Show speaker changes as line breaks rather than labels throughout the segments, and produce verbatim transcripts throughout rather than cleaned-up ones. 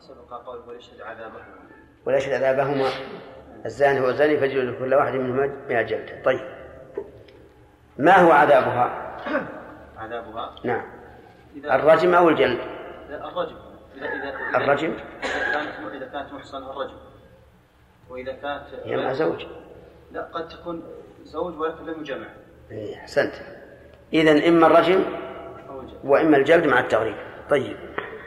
سبق قول وليشهد عذابهما
وليشهد عذابهما الزاني هو الزاني فاجلدوا كل واحد منهما مئة جلدة. طيب ما هو عذابها؟
عذابها
نعم الرجم أو الجلد؟
الرجم. إذا إذا
الرجم
إذا كانت إذا كانت محصنة الرجم، وإذا كانت
هي مع زوج.
لا قد تكون زوج ولكن لم يجمع.
إيه أحسنت. إذن إما الرجم وإما الجلد مع التغريب. طيب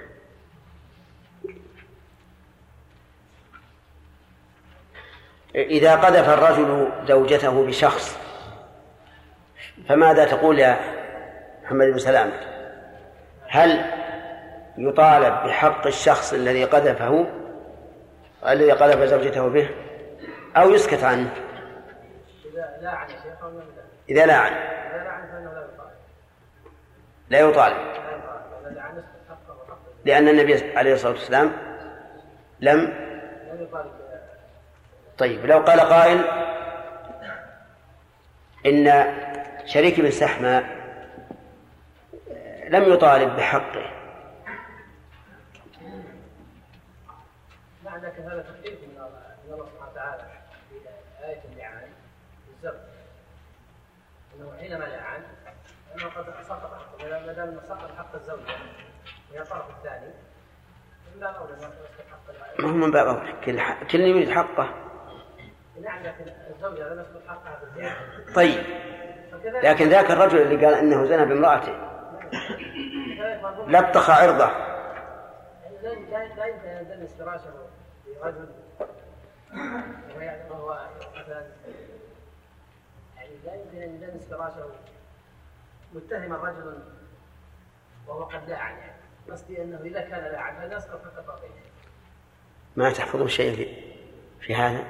إذا قذف الرجل زوجته بشخص فماذا تقول يا محمد بن سلام؟ هل يطالب بحق الشخص الذي قذفه الذي قذف زوجته به أو يسكت عنه؟
إذا لا عن
إذا لا عن لا يطالب، لأن النبي عليه الصلاة والسلام لم. طيب لو قال قائل إن شريك بن سحمة لم يطالب بحقه،
معنى هذا تخفيف من الله سبحانه وتعالى في آية اللعان بالزوج، أنه حينما لعن أنه قد سقط حقه، ما دام سقط حق الزوج وهي الطرف الثاني من باب أولى ما يسقط حق
ما هو من باب أولى، كل كل يريد حقه.
نعم لكن الزوجة لم يسقط حقها بالزيادة.
طيب لكن ذاك الرجل اللي قال إنه زنى بامرأته لطخ عرضه،
لا يمكن أن يدنس فراشه برجل وهو مثلا يعني لا يمكن أن يدنس فراشه متهم الرجل وهو قد لاعن، يعني قصدي أنه إذا كان لاعن فلا يسقط حق الطرفين.
ما تحفظون شيء في, في هذا؟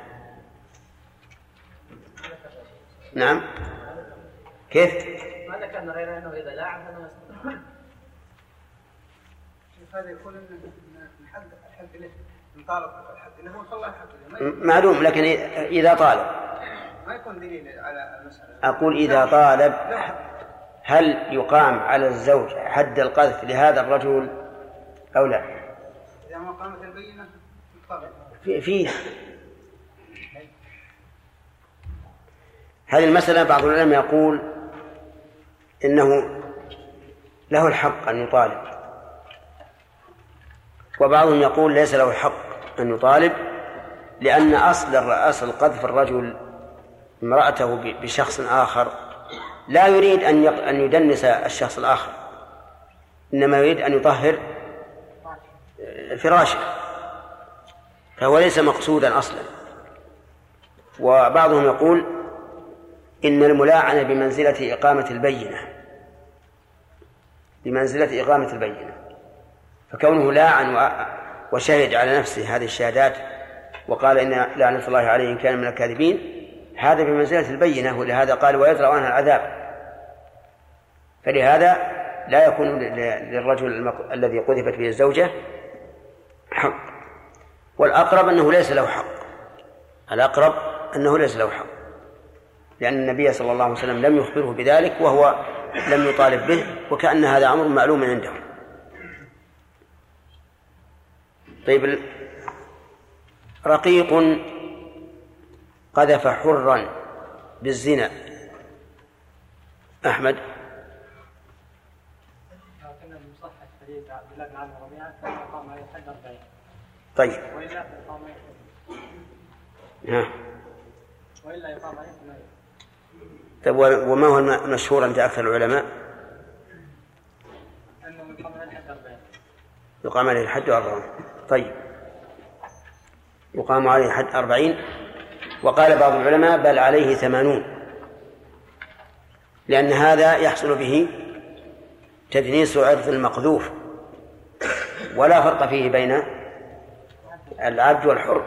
نعم كيف؟
ما ذكرنا غير أنه إذا لاعن فلا يسقط.
هذا يقول ان الحد الحد له نطالب الحد له هو الله الحد
معلوم، لكن اذا طالب
ما يكون دليل على المساله.
اقول اذا طالب هل يقام على الزوج حد القذف لهذا الرجل او لا؟
اذا ما قامت البينه طبعا
في في هذه المساله بعض العلماء يقول انه له الحق ان يطالب، وبعضهم يقول ليس له الحق أن يطالب، لأن أصل أصل قذف الرجل امرأته بشخص آخر لا يريد أن أن يدنس الشخص الآخر، إنما يريد أن يطهر فراشه، فهو ليس مقصودا أصلا. وبعضهم يقول إن الملاعنة بمنزلة إقامة البينة، بمنزلة إقامة البينة، فكونه لاعن وشهد على نفسه هذه الشهادات وقال إن لعنة الله عليه إن كان من الكاذبين، هذا بمنزلة البينة، ولهذا قال ويدرأ عنها العذاب. فلهذا لا يكون للرجل الذي قذفت به الزوجة حق، والأقرب أنه ليس له حق، الأقرب أنه ليس له حق، لأن النبي صلى الله عليه وسلم لم يخبره بذلك وهو لم يطالب به، وكأن هذا أمر معلوم عنده. طيب رقيق قذف حرا بالزنا، أحمد. طيب ها. طيب وما هو المشهور عند أكثر العلماء؟ يقام عليه الحد أربعين. طيب يقام عليه حد أربعين، وقال بعض العلماء بل عليه ثمانون، لأن هذا يحصل به تدنيس عرض المقذوف، ولا فرق فيه بين العبد والحر.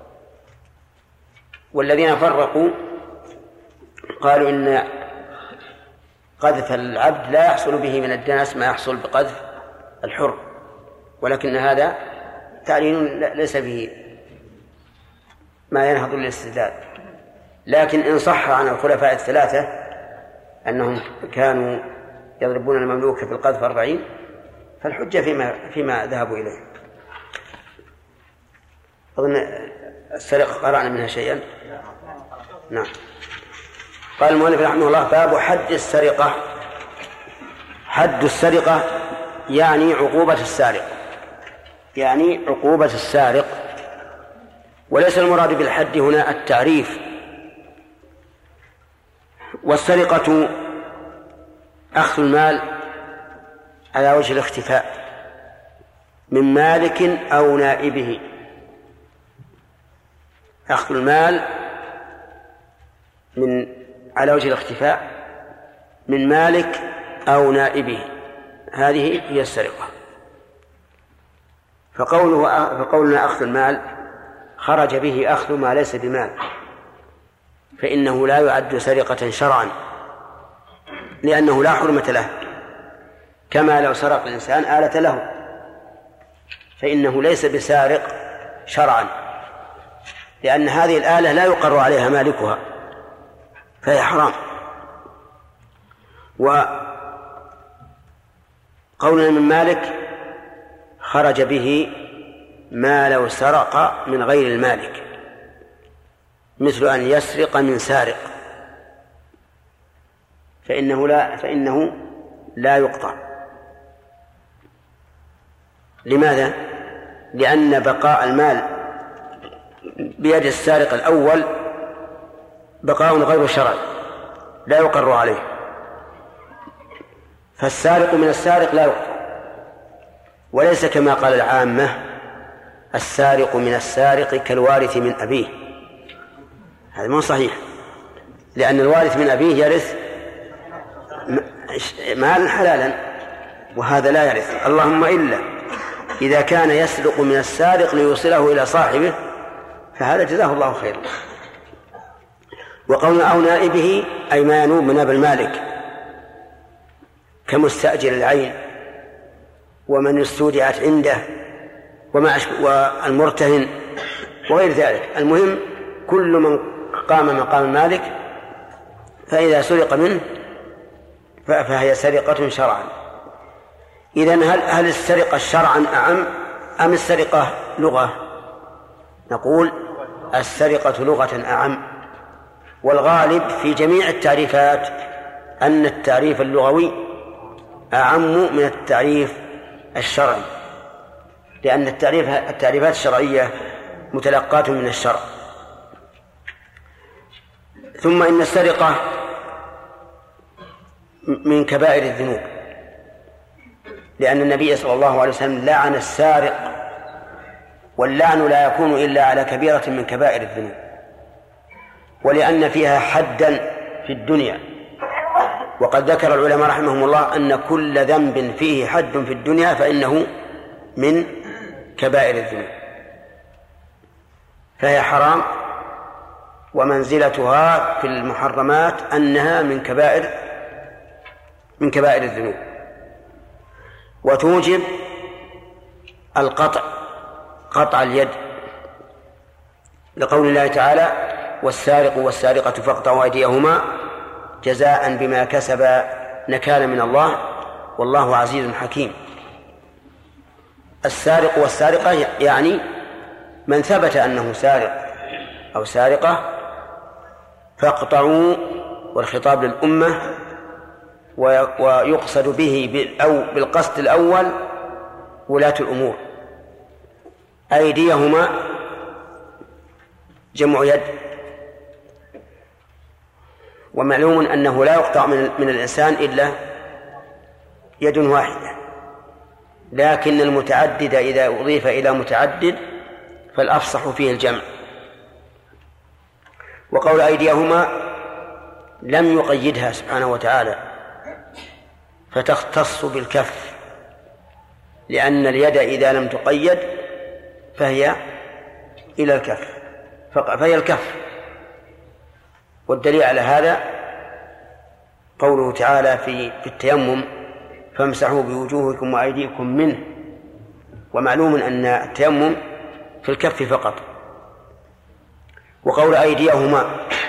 والذين فرقوا قالوا إن قذف العبد لا يحصل به من الدنس ما يحصل بقذف الحر، ولكن هذا تعليل ليس به ما ينهض للاستدلال. لكن إن صح عن الخلفاء الثلاثة أنهم كانوا يضربون المملوك في القذف أربعين، فالحجة فيما, فيما ذهبوا إليه. أظن السرقة قرأنا منها شيئا. نعم. قال المؤلف رحمه الله: باب حد السرقة. حد السرقة يعني عقوبة السارق، يعني عقوبة السارق، وليس المراد بالحد هنا التعريف. والسرقة أخذ المال على وجه الاختفاء من مالك أو نائبه. أخذ المال من على وجه الاختفاء من مالك أو نائبه، هذه هي السرقة. فقوله فقولنا أخذ المال خرج به أخذ ما ليس بمال، فإنه لا يعد سرقة شرعا، لأنه لا حرمة له، كما لو سرق الإنسان آلة له فإنه ليس بسارق شرعا، لأن هذه الآلة لا يقر عليها مالكها فهي حرام. وقولنا من مالك خرج به ما لو سرق من غير المالك، مثل أن يسرق من سارق، فإنه لا فإنه لا يقطع. لماذا؟ لأن بقاء المال بيد السارق الأول بقاء غير شرعي لا يقر عليه، فالسارق من السارق لا يقطع، وليس كما قال العامة السارق من السارق كالوارث من أبيه. هذا مو صحيح، لأن الوارث من أبيه يرث مالا حلالا وهذا لا يرث، اللهم إلا إذا كان يسرق من السارق ليوصله إلى صاحبه فهذا جزاه الله خيرا. وقول أو نائبه أي ما ينوب من نائب المالك كمستأجر العين ومن استودعت عنده والمرتهن وغير ذلك. المهم كل من قام مقام المالك فإذا سرق منه فهي سرقة شرعا. إذن هل, هل السرقة شرعا أعم أم السرقة لغة؟ نقول السرقة لغة أعم، والغالب في جميع التعريفات أن التعريف اللغوي أعم من التعريف الشرعي، لأن التعريف التعريفات الشرعية متلقاة من الشرع. ثم إن السرقة من كبائر الذنوب، لأن النبي صلى الله عليه وسلم لعن السارق، واللعن لا يكون إلا على كبيرة من كبائر الذنوب، ولأن فيها حدا في الدنيا. وقد ذكر العلماء رحمهم الله أن كل ذنب فيه حد في الدنيا فإنه من كبائر الذنوب، فهي حرام، ومنزلتها في المحرمات أنها من كبائر من كبائر الذنوب، وتوجب القطع قطع اليد، لقول الله تعالى: والسارق والسارقة فاقطعوا أيديهما جزاء بما كسبا نكالا من الله والله عزيز حكيم. السارق والسارقة يعني من ثبت أنه سارق أو سارقة فاقطعوا، والخطاب للأمة، ويقصد به بالقصد الأول ولاة الأمور. أيديهما جمع يد، ومعلوم أنه لا يقطع من الإنسان إلا يد واحدة، لكن المتعدد إذا أضيف إلى متعدد فالأفصح فيه الجمع. وقول أيديهما لم يقيدها سبحانه وتعالى فتختص بالكف، لأن اليد إذا لم تقيد فهي إلى الكف فهي الكف. والدليل على هذا قوله تعالى في في التيمم: فامسحوا بوجوهكم وأيديكم منه. ومعلوم أن التيمم في الكف فقط. وقول أيديهما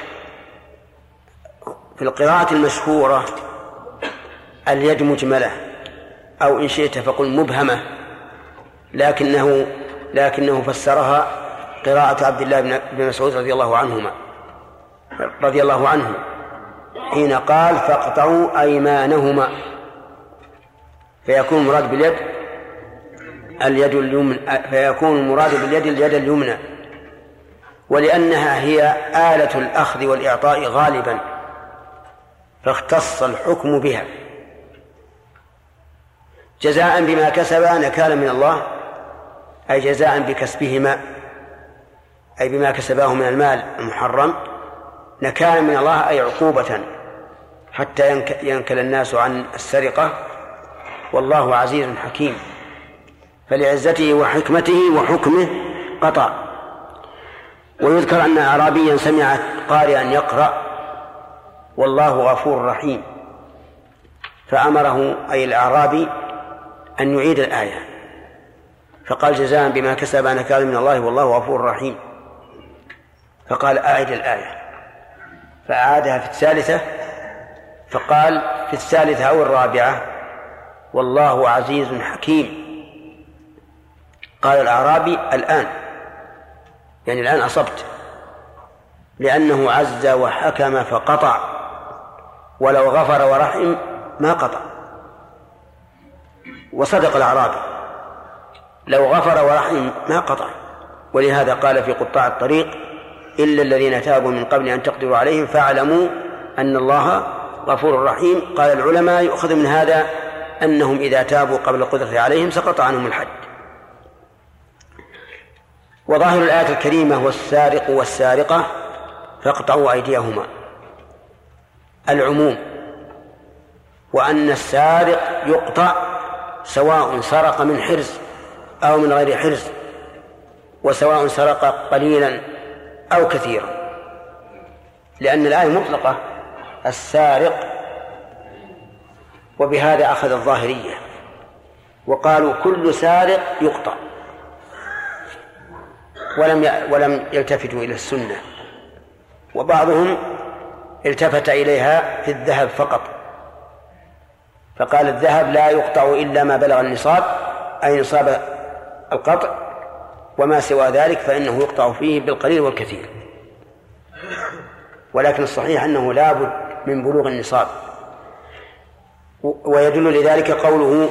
في القراءة المشهورة اليد مجملة، أو إن شئت فقل مبهمة، لكنه لكنه فسرها قراءة عبد الله بن مسعود رضي الله عنهما رضي الله عنه حين قال فاقطعوا أيمانهما، فيكون المراد باليد اليد اليمنى، فيكون المراد باليد اليد اليمنى، ولأنها هي آلة الأخذ والإعطاء غالبا فاختص الحكم بها جزاء بما كسبا نكالا من الله، أي جزاء بكسبهما، أي بما كسباه من المال المحرم نكالا من الله، أي عقوبة حتى ينكل الناس عن السرقة، والله عزيز حكيم، فلعزته وحكمته وحكمه قطع. ويذكر أن أعرابيا سمع قارئا يقرأ والله غفور رحيم، فأمره أي الأعرابي أن يعيد الآية، فقال جزاء بما كسب نكال من الله والله غفور رحيم، فقال أعد الآية، فأعادها في الثالثة، فقال في الثالثة أو الرابعة والله عزيز حكيم. قال الأعرابي الآن، يعني الآن أصبت، لأنه عز وحكم فقطع، ولو غفر ورحم ما قطع. وصدق الأعرابي، لو غفر ورحم ما قطع، ولهذا قال في قطاع الطريق إلا الذين تابوا من قبل أن تقدروا عليهم فاعلموا أن الله غفور رحيم. قال العلماء يؤخذ من هذا أنهم إذا تابوا قبل القدرة عليهم سقط عنهم الحد. وظاهر الآية الكريمة والسارق والسارقة فاقطعوا أيديهما العموم، وأن السارق يقطع سواء سرق من حرز أو من غير حرز، وسواء سرق قليلا أو كثيرا، لأن الآية مطلقة السارق، وبهذا أخذ الظاهرية وقالوا كل سارق يقطع، ولم ولم يلتفتوا إلى السنة. وبعضهم التفت إليها في الذهب فقط، فقال الذهب لا يقطع إلا ما بلغ النصاب، أي نصاب القطع، وما سوى ذلك فإنه يقطع فيه بالقليل والكثير. ولكن الصحيح أنه لا بد من بلوغ النصاب. ويدل لذلك قوله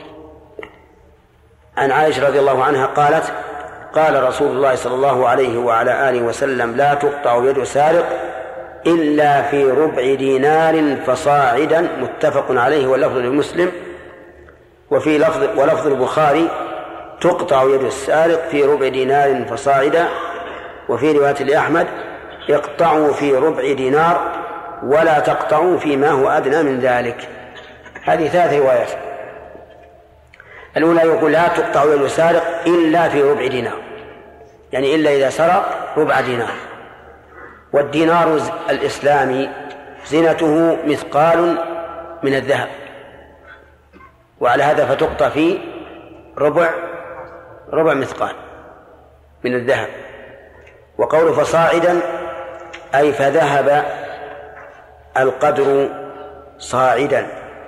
عن عائشة رضي الله عنها قالت قال رسول الله صلى الله عليه وعلى آله وسلم لا تقطع يد سارق إلا في ربع دينار فصاعدا، متفق عليه واللفظ لمسلم. وفي لفظ ولفظ البخاري تقطع يد السارق في ربع دينار فصاعدا. وفي رواية لأحمد اقطعوا في ربع دينار ولا تقطعوا فيما هو أدنى من ذلك. هذه ثلاث روايات. الأولى يقول لا تقطع يد سارق إلا في ربع دينار، يعني إلا إذا سرق ربع دينار. والدينار الإسلامي زينته مثقال من الذهب، وعلى هذا فتقطع في ربع ربع مثقال من الذهب. وقول فصاعدا أي فذهب القدر صاعدا.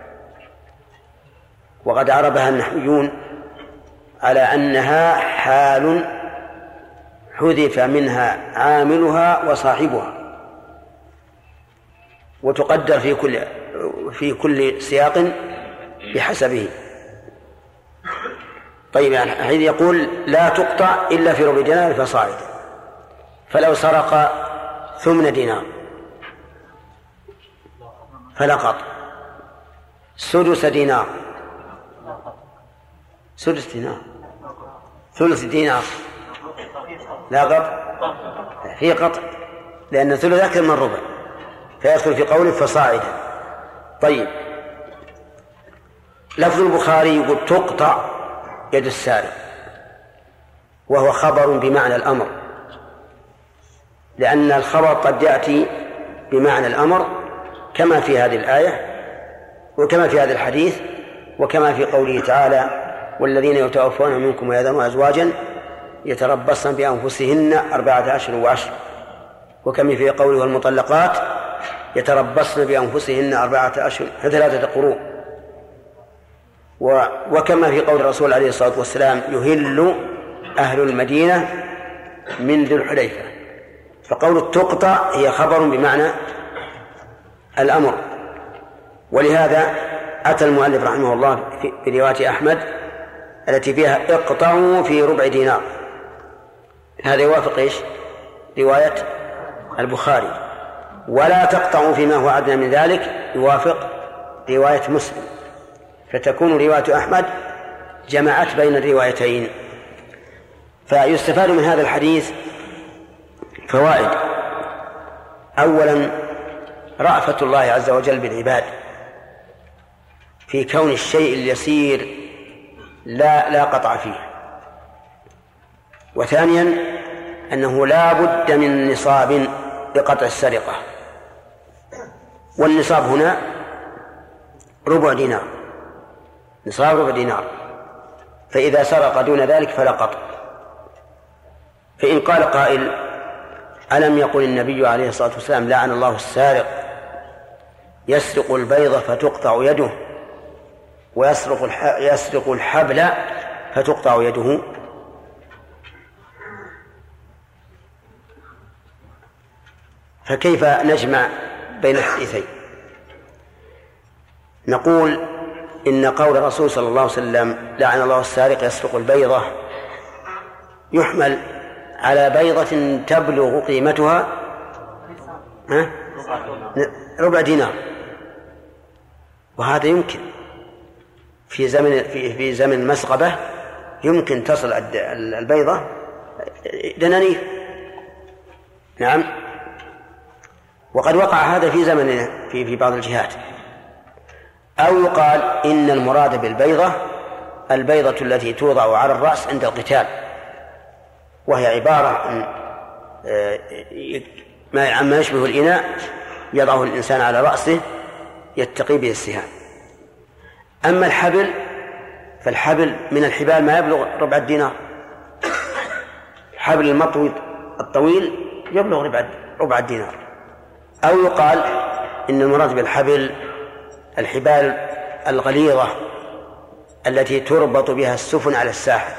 وقد عربها النحويون على أنها حال حذف منها عاملها وصاحبها، وتقدر في كل في كل سياق بحسبه. طيب، يعني حين يقول لا تقطع إلا في ربع دينار فصاعدا، فلو سرق ثمن دينار فلا قطع، سدس دينار سدس دينار ثلث دينار لا قطع، في قطع، لأن ثلث أكثر من ربع، فيدخل في قوله فصاعدا. طيب، لفظ البخاري يقول تقطع يد السارق، وهو خبر بمعنى الأمر، لأن الخبر قد يأتي بمعنى الأمر كما في هذه الآية وكما في هذا الحديث وكما في قوله تعالى والذين يتوفون منكم ويذرون أزواجا يتربصن بأنفسهن أربعة أشهر وعشر، وكما في قوله والمطلقات يتربصن بأنفسهن أربعة أشهر ثلاثة قروء، وكما في قول الرسول عليه الصلاة والسلام يهل أهل المدينة من ذي الحليفة. فقول تقطع هي خبر بمعنى الأمر. ولهذا أتى المؤلف رحمه الله في رواية أحمد التي فيها اقطعوا في ربع دينار، هذا يوافق إيش؟ رواية البخاري. ولا تقطعوا فيما هو أدنى من ذلك يوافق رواية مسلم، فتكون رواية أحمد جمعت بين الروايتين. فيستفاد من هذا الحديث فوائد. أولا رأفة الله عز وجل بالعباد في كون الشيء اليسير لا لا قطع فيه. وثانيا أنه لا بد من نصاب بقطع السرقة، والنصاب هنا ربع دينار، نصاب ربع دينار، فإذا سرق دون ذلك فلا قطع. فإن قال قائل ألم يقل النبي عليه الصلاة والسلام لعن الله السارق يسرق البيض فتقطع يده ويسرق يسرق الحبل فتقطع يده؟ فكيف نجمع بين الحديثين؟ نقول إن قول الرسول صلى الله عليه وسلم لعن الله السارق يسرق البيضة يحمل على بيضة تبلغ قيمتها ربع دينار، وهذا يمكن في زمن في في زمن المسغبة يمكن تصل البيضة دنانير. نعم، وقد وقع هذا في زمننا في في بعض الجهات. أو يقال إن المراد بالبيضة البيضة التي توضع على الرأس عند القتال، وهي عبارة عن ما يشبه الإناء يضعه الإنسان على رأسه يتقي به السهام. أما الحبل فالحبل من الحبال ما يبلغ ربع الدينار، الحبل المطوي الطويل يبلغ ربع ربع الدينار. أو يقال إن المراد بالحبل الحبال الغليظة التي تربط بها السفن على الساحل،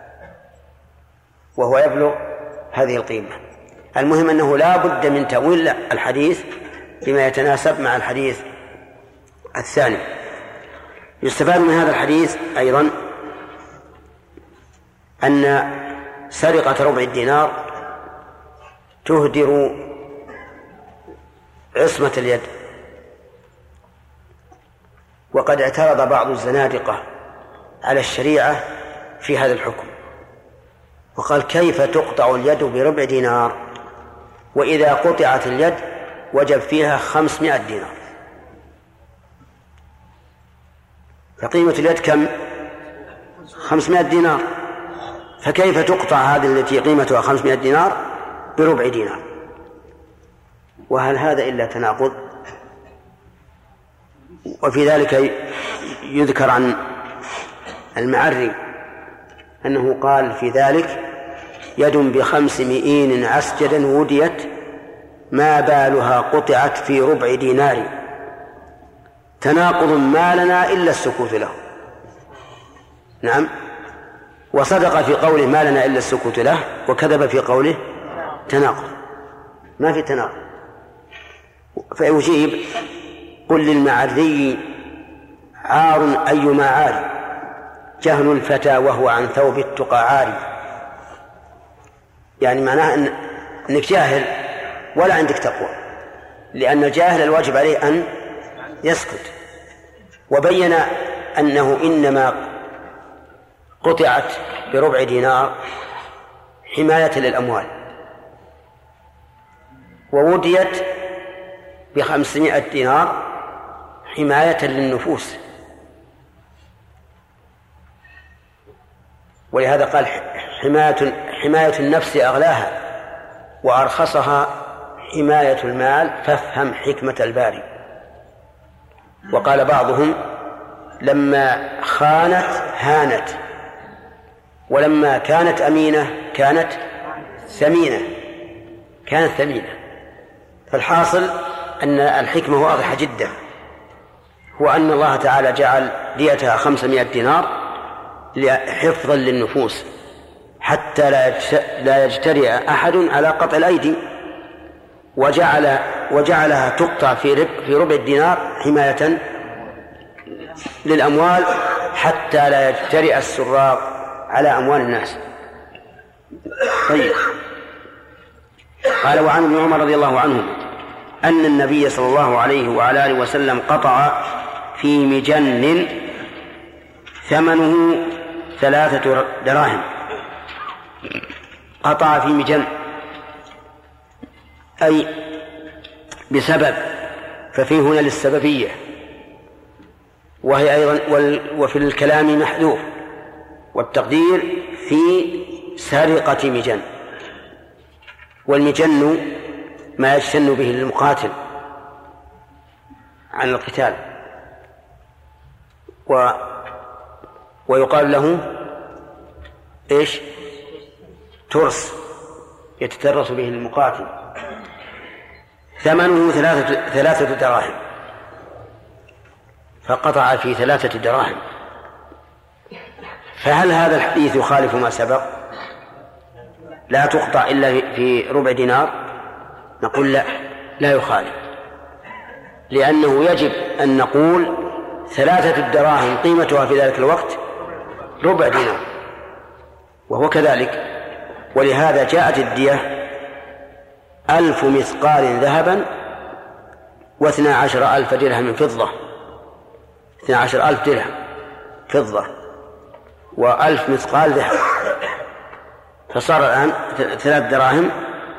وهو يبلغ هذه القيمة. المهم أنه لا بد من تأويل الحديث بما يتناسب مع الحديث الثاني. يستفاد من هذا الحديث أيضا أن سرقة ربع الدينار تهدر عصمة اليد. وقد اعترض بعض الزنادقة على الشريعة في هذا الحكم، وقال كيف تقطع اليد بربع دينار وإذا قطعت اليد وجب فيها خمسمائة دينار؟ فقيمة اليد كم؟ خمسمائة دينار، فكيف تقطع هذه التي قيمتها خمسمائة دينار بربع دينار؟ وهل هذا إلا تناقض؟ وفي ذلك يذكر عن المعري أنه قال في ذلك يد بخمس مئين عسجدا وديت ما بالها قطعت في ربع دينار، تناقض ما لنا إلا السكوت له. نعم، وصدق في قوله ما لنا إلا السكوت له، وكذب في قوله تناقض، ما في تناقض. فيجيب قل للمعري عار أيما عار جهل الفتى وهو عن ثوب التقى عاري. يعني معناه أن أنك جاهل ولا عندك تقوى، لأن الجاهل الواجب عليه أن يسكت. وبين أنه إنما قطعت بربع دينار حماية للأموال، ووديت بخمسمائة دينار حماية للنفوس. ولهذا قال حماية, حماية النفس أغلاها وأرخصها حماية المال فافهم حكمة الباري. وقال بعضهم لما خانت هانت، ولما كانت أمينة كانت ثمينة كانت ثمينة. فالحاصل أن الحكمة واضحة جدا، هو أن الله تعالى جعل ديتها خمسمائة دينار حفظا للنفوس حتى لا يجترئ أحد على قطع الأيدي، وجعل وجعلها تقطع في في ربع الدينار حماية للأموال حتى لا يجترئ السراق على أموال الناس. طيب. قال: وعن ابن عمر رضي الله عنه أن النبي صلى الله عليه وعلى آله وسلم قطع في مجن ثمنه ثلاثة دراهم. قطع في مجن أي بسبب، ففيه هنا للسببية، وهي أيضا وفي الكلام محذوف، والتقدير في سرقة مجن. والمجن ما يجتن به للمقاتل عن القتال، و ويقال له إيش؟ ترس، يتترس به للمقاتل. ثمنه ثلاثة, ثلاثة دراهم، فقطع في ثلاثة دراهم. فهل هذا الحديث يخالف ما سبق؟ لا تقطع إلا في ربع دينار. نقول لا، لا يخالف، لأنه يجب أن نقول ثلاثة الدراهم قيمتها في ذلك الوقت ربع دينار، وهو كذلك. ولهذا جاءت الدية ألف مثقال ذهبا واثنى عشر ألف درهم فضة، اثنى عشر ألف درهم فضة وألف مثقال ذهب، فصار الآن ثلاث دراهم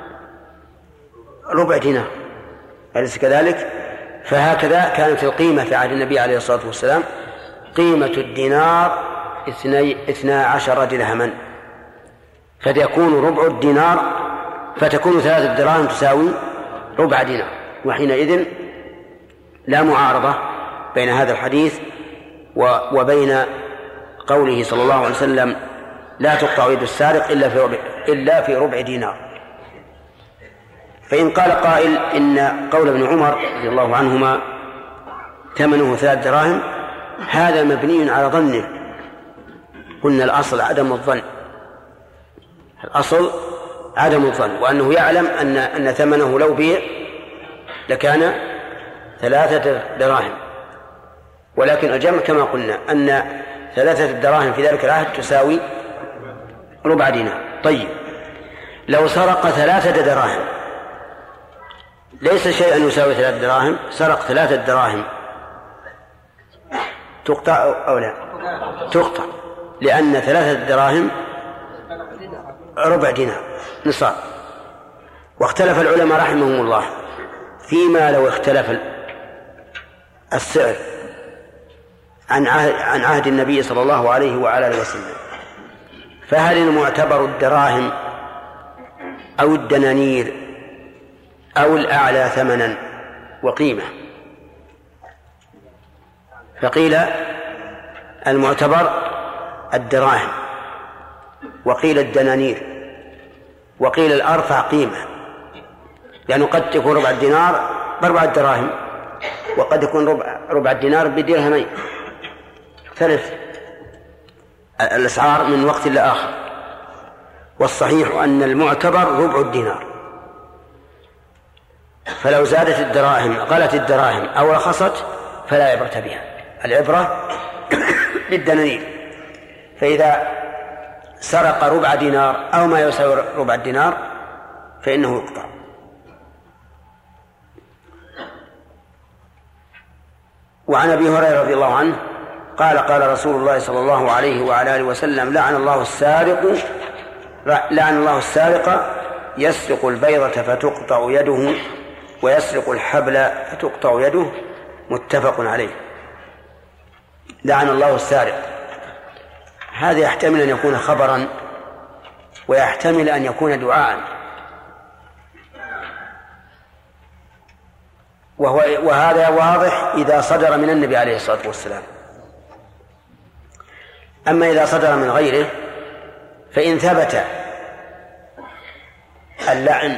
ربع دينار، أليس كذلك؟ فهكذا كانت القيمة في عهد النبي عليه الصلاة والسلام، قيمة الدينار اثنى عشر درهما، فتكون ربع الدينار فتكون ثلاثة دراهم تساوي ربع دينار. وحينئذ لا معارضة بين هذا الحديث وبين قوله صلى الله عليه وسلم: لا تقطع يد السارق إلا في ربع, إلا في ربع دينار. فإن قال قائل إن قول ابن عمر رضي الله عنهما ثمنه ثلاث دراهم، هذا مبني على ظنه. قلنا الأصل عدم الظن، الأصل عدم الظن، وأنه يعلم أن أن ثمنه لو بيع لكان ثلاثة دراهم، ولكن الجمع كما قلنا أن ثلاثة الدراهم في ذلك العهد تساوي ربع دينار. طيب، لو سرق ثلاثة دراهم، ليس شيئا يساوي ثلاثة دراهم، سرق ثلاثة دراهم، تقطع أو لا؟ تقطع، لأن ثلاثة دراهم ربع دينار نصاب. واختلف العلماء رحمهم الله فيما لو اختلف السعر عن عهد, عن عهد النبي صلى الله عليه وعلى آله وسلم، فهل المعتبر الدراهم أو الدنانير أو الأعلى ثمنا وقيمة؟ فقيل المعتبر الدراهم، وقيل الدنانير، وقيل الأرفع قيمة، لأنه قد يكون ربع الدينار بأربعة دراهم، وقد يكون ربع, ربع الدينار بدرهمين. ثلاث الأسعار من وقت لآخر، والصحيح أن المعتبر ربع الدينار. فلو زادت الدراهم غلت الدراهم أو رخصت فلا عبرة بها، العبرة بالدنانير. فإذا سرق ربع دينار أو ما يساوي ربع الدينار فإنه يقطع. وعن أبي هريرة رضي الله عنه قال: قال رسول الله صلى الله عليه وعلى آله وسلم: لعن الله السارق لعن الله السارق يسرق البيضة فتقطع يده ويسرق الحبل فتقطع يده. متفق عليه. لعن الله السارق، هذا يحتمل أن يكون خبرا ويحتمل أن يكون دعاء، وهو وهذا واضح إذا صدر من النبي عليه الصلاة والسلام. أما إذا صدر من غيره فإن ثبت اللعن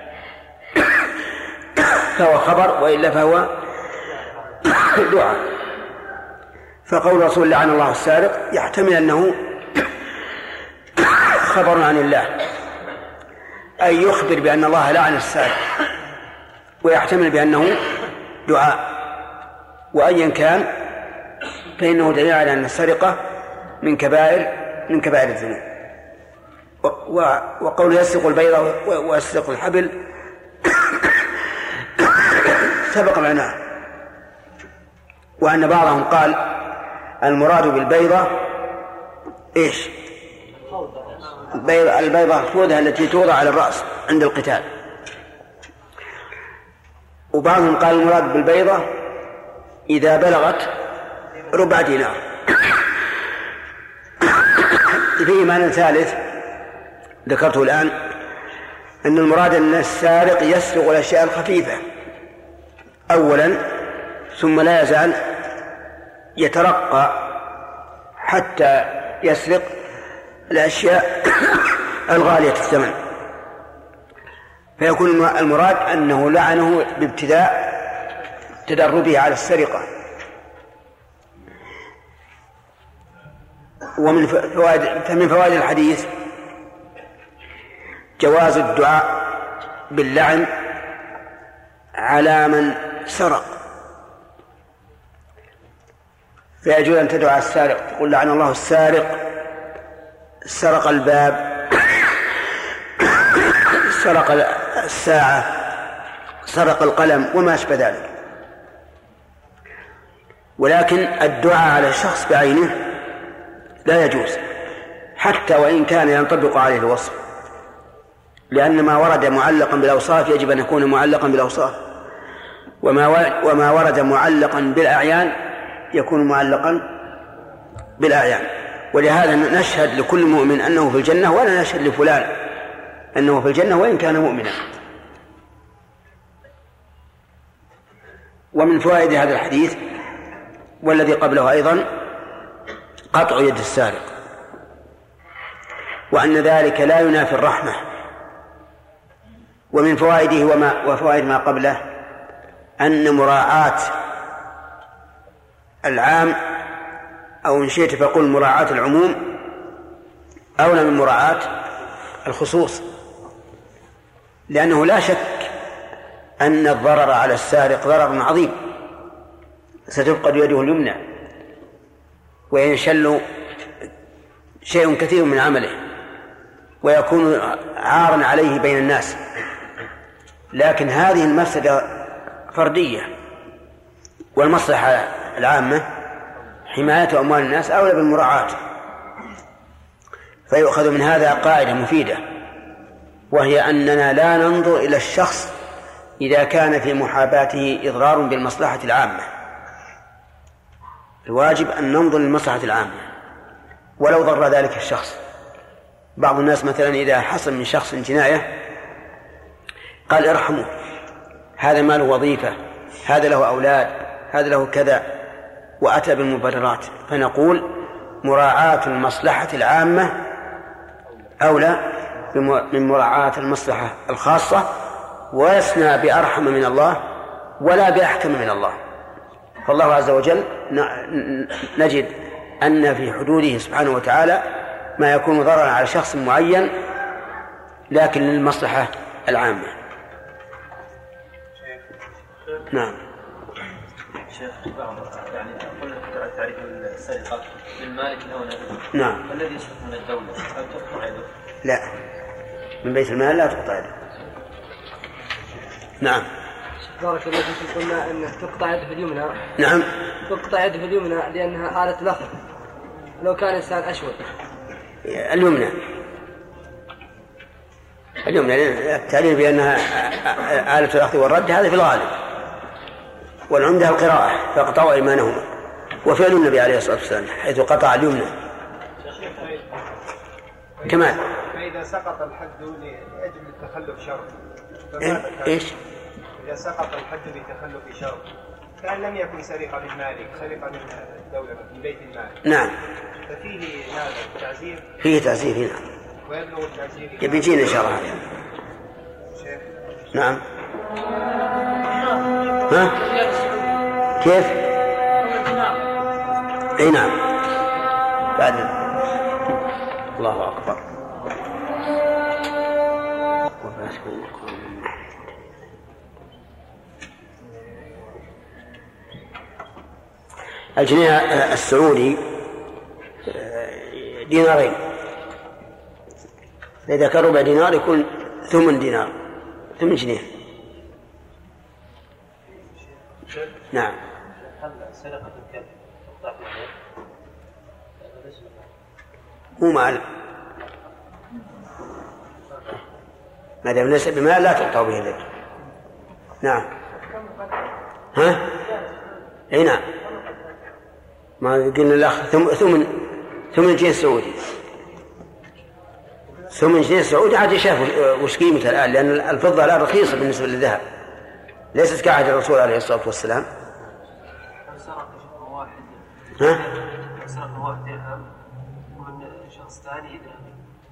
فهو خبر، وإلا فهو دعاء. فقول رسول لعن الله السارق يحتمل أنه خبر عن الله، أي يخبر بأن الله لعن السارق، ويحتمل بأنه دعاء، وأيا كان فإنه دليل على أن السرقة من كبائر من كبائر الذنوب. وقول يسرق البيضة ويسرق الحبل سبق معناه. وأن بعضهم قال المراد بالبيضة إيش؟ البيضة الخوذة التي توضع على الرأس عند القتال. وبعضهم قال المراد بالبيضة إذا بلغت ربع دينار. فيه معنى ثالث ذكرته الآن، أن المراد أن السارق يسرق الأشياء الخفيفة أولا، ثم لا يزال يترقى حتى يسرق الأشياء الغالية الثمن، فيكون المراد أنه لعنه بابتداء تدربه على السرقة. ومن فوائد فمن فوائد الحديث جواز الدعاء باللعن على من سرق، فيجوز أن تدعو على السارق تقول لعن الله السارق، سرق الباب، سرق الساعة، سرق القلم وما أشبه ذلك. ولكن الدعاء على الشخص بعينه لا يجوز حتى وإن كان ينطبق عليه الوصف، لأن ما ورد معلقا بالأوصاف يجب أن يكون معلقا بالأوصاف، وما ورد معلقا بالأعيان يكون معلقا بالأعيان. ولهذا نشهد لكل مؤمن أنه في الجنة، ولا نشهد لفلان أنه في الجنة وإن كان مؤمنا. ومن فوائد هذا الحديث والذي قبله أيضا قطع يد السارق، وأن ذلك لا ينافي الرحمة. ومن فوائده وما وفوائد ما قبله أن مراعاة العام، أو إن شئت فقل مراعاة العموم، أولى من مراعاة الخصوص، لأنه لا شك أن الضرر على السارق ضرر عظيم، ستفقد يده اليمنى وينشل شيء كثير من عمله ويكون عارا عليه بين الناس. لكن هذه المفسدة فردية، والمصلحة العامة حماية أموال الناس أولى بالمراعاة. فيؤخذ من هذا قاعدة مفيدة، وهي أننا لا ننظر إلى الشخص إذا كان في محاباته إضرار بالمصلحة العامة. الواجب أن ننظر للمصلحة العامة ولو ضر ذلك الشخص. بعض الناس مثلا إذا حصل من شخص جناية قال ارحموا، هذا ما له وظيفة، هذا له أولاد، هذا له كذا، وأتى بالمبررات. فنقول مراعاة المصلحة العامة أولى من مراعاة المصلحة الخاصة، ولسنا بأرحم من الله ولا بأحكم من الله. فالله عز وجل نجد أن في حدوده سبحانه وتعالى ما يكون ضررا على شخص معين لكن للمصلحة العامة. نعم.
شيخ بعض يعني قلنا تعريف السرقة للمالك أو نفسه.
نعم.
الذي يسرق من الدولة أو تقطع يده؟
لا، من بيت المال لا تقطع يده. نعم.
بارك الله فيكم. قلنا أن تقطع يده اليمنى.
نعم.
تقطع يده اليمنى لأنها آلة لخط، لو كان إنسان أشول.
اليمنى اليمنى التعليل بأنها آلة الأخذ والرد هذا في الغالب، والعمدة القراءة فقطعوا أيمانهما، وفعل النبي عليه الصلاة والسلام حيث قطع اليمنى. كمان
فإذا سقط الحد لأجل التخلف شرط،
إيش؟
إذا سقط الحد بتخلف شرط كان لم يكن سرقة من مالك، سرقة من الدولة من بيت المال.
نعم.
ففيه هذا التعزير.
فيه تعزير هنا.
ويبلغ التعزير.
يبي يجينا إن شاء الله.
شيخ.
نعم. ها؟ كيف؟ اي نعم. بعد الله أكبر. الجنيه السعودي دينارين، إذا كان ربع دينار يكون ثمن دينار، ثمن جنيه. نعم.
هل سرقة الكلب تقطع في اليد؟
مو مال، ما دام ليس بمال لا تقطع به اليد. نعم. ها؟ اي نعم. ما قلنا الأخ ثمن ثمن جنيه سعودي، ثمن جنيه سعودي عاد يشاف وش قيمته الآن، لأن الفضة الآن رخيصة بالنسبة للذهب، ليست كعهد الرسول عليه الصلاة والسلام. ها؟
سرق واحد درهم ومن شخص ثاني درهم.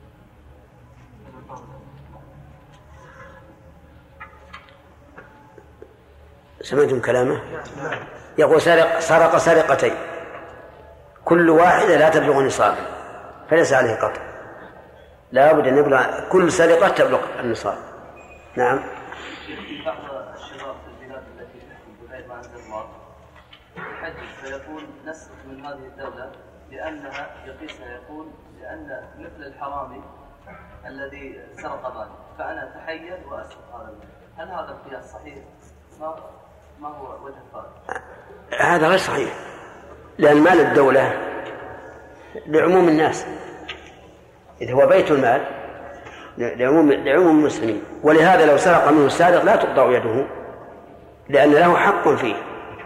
سمعتم كلامه؟ يقول سرق سرق سرقتين كل واحدة لا تبلغ نصابا فليس عليه قطع، لا بد أن يبلغ كل سرقة تبلغ النصاب. نعم.
بعض الشباب في البلاد التي تحكم بغير ما أنزل الله يحدث فيقول نسخ من هذه الدولة لأنها يقيسها، يقول لأن مثل الحرامي الذي سرق مالي فأنا أتحيل وأسرق هذا المال. هل هذا القياس صحيح؟ ما ما هو وجه الفارق؟
هذا غير صحيح، لأن مال الدولة لعموم الناس، إذا هو بيت المال لعموم لعموم المسلمين، ولهذا لو سرق منه السارق لا تقطع يده لأن له حق فيه،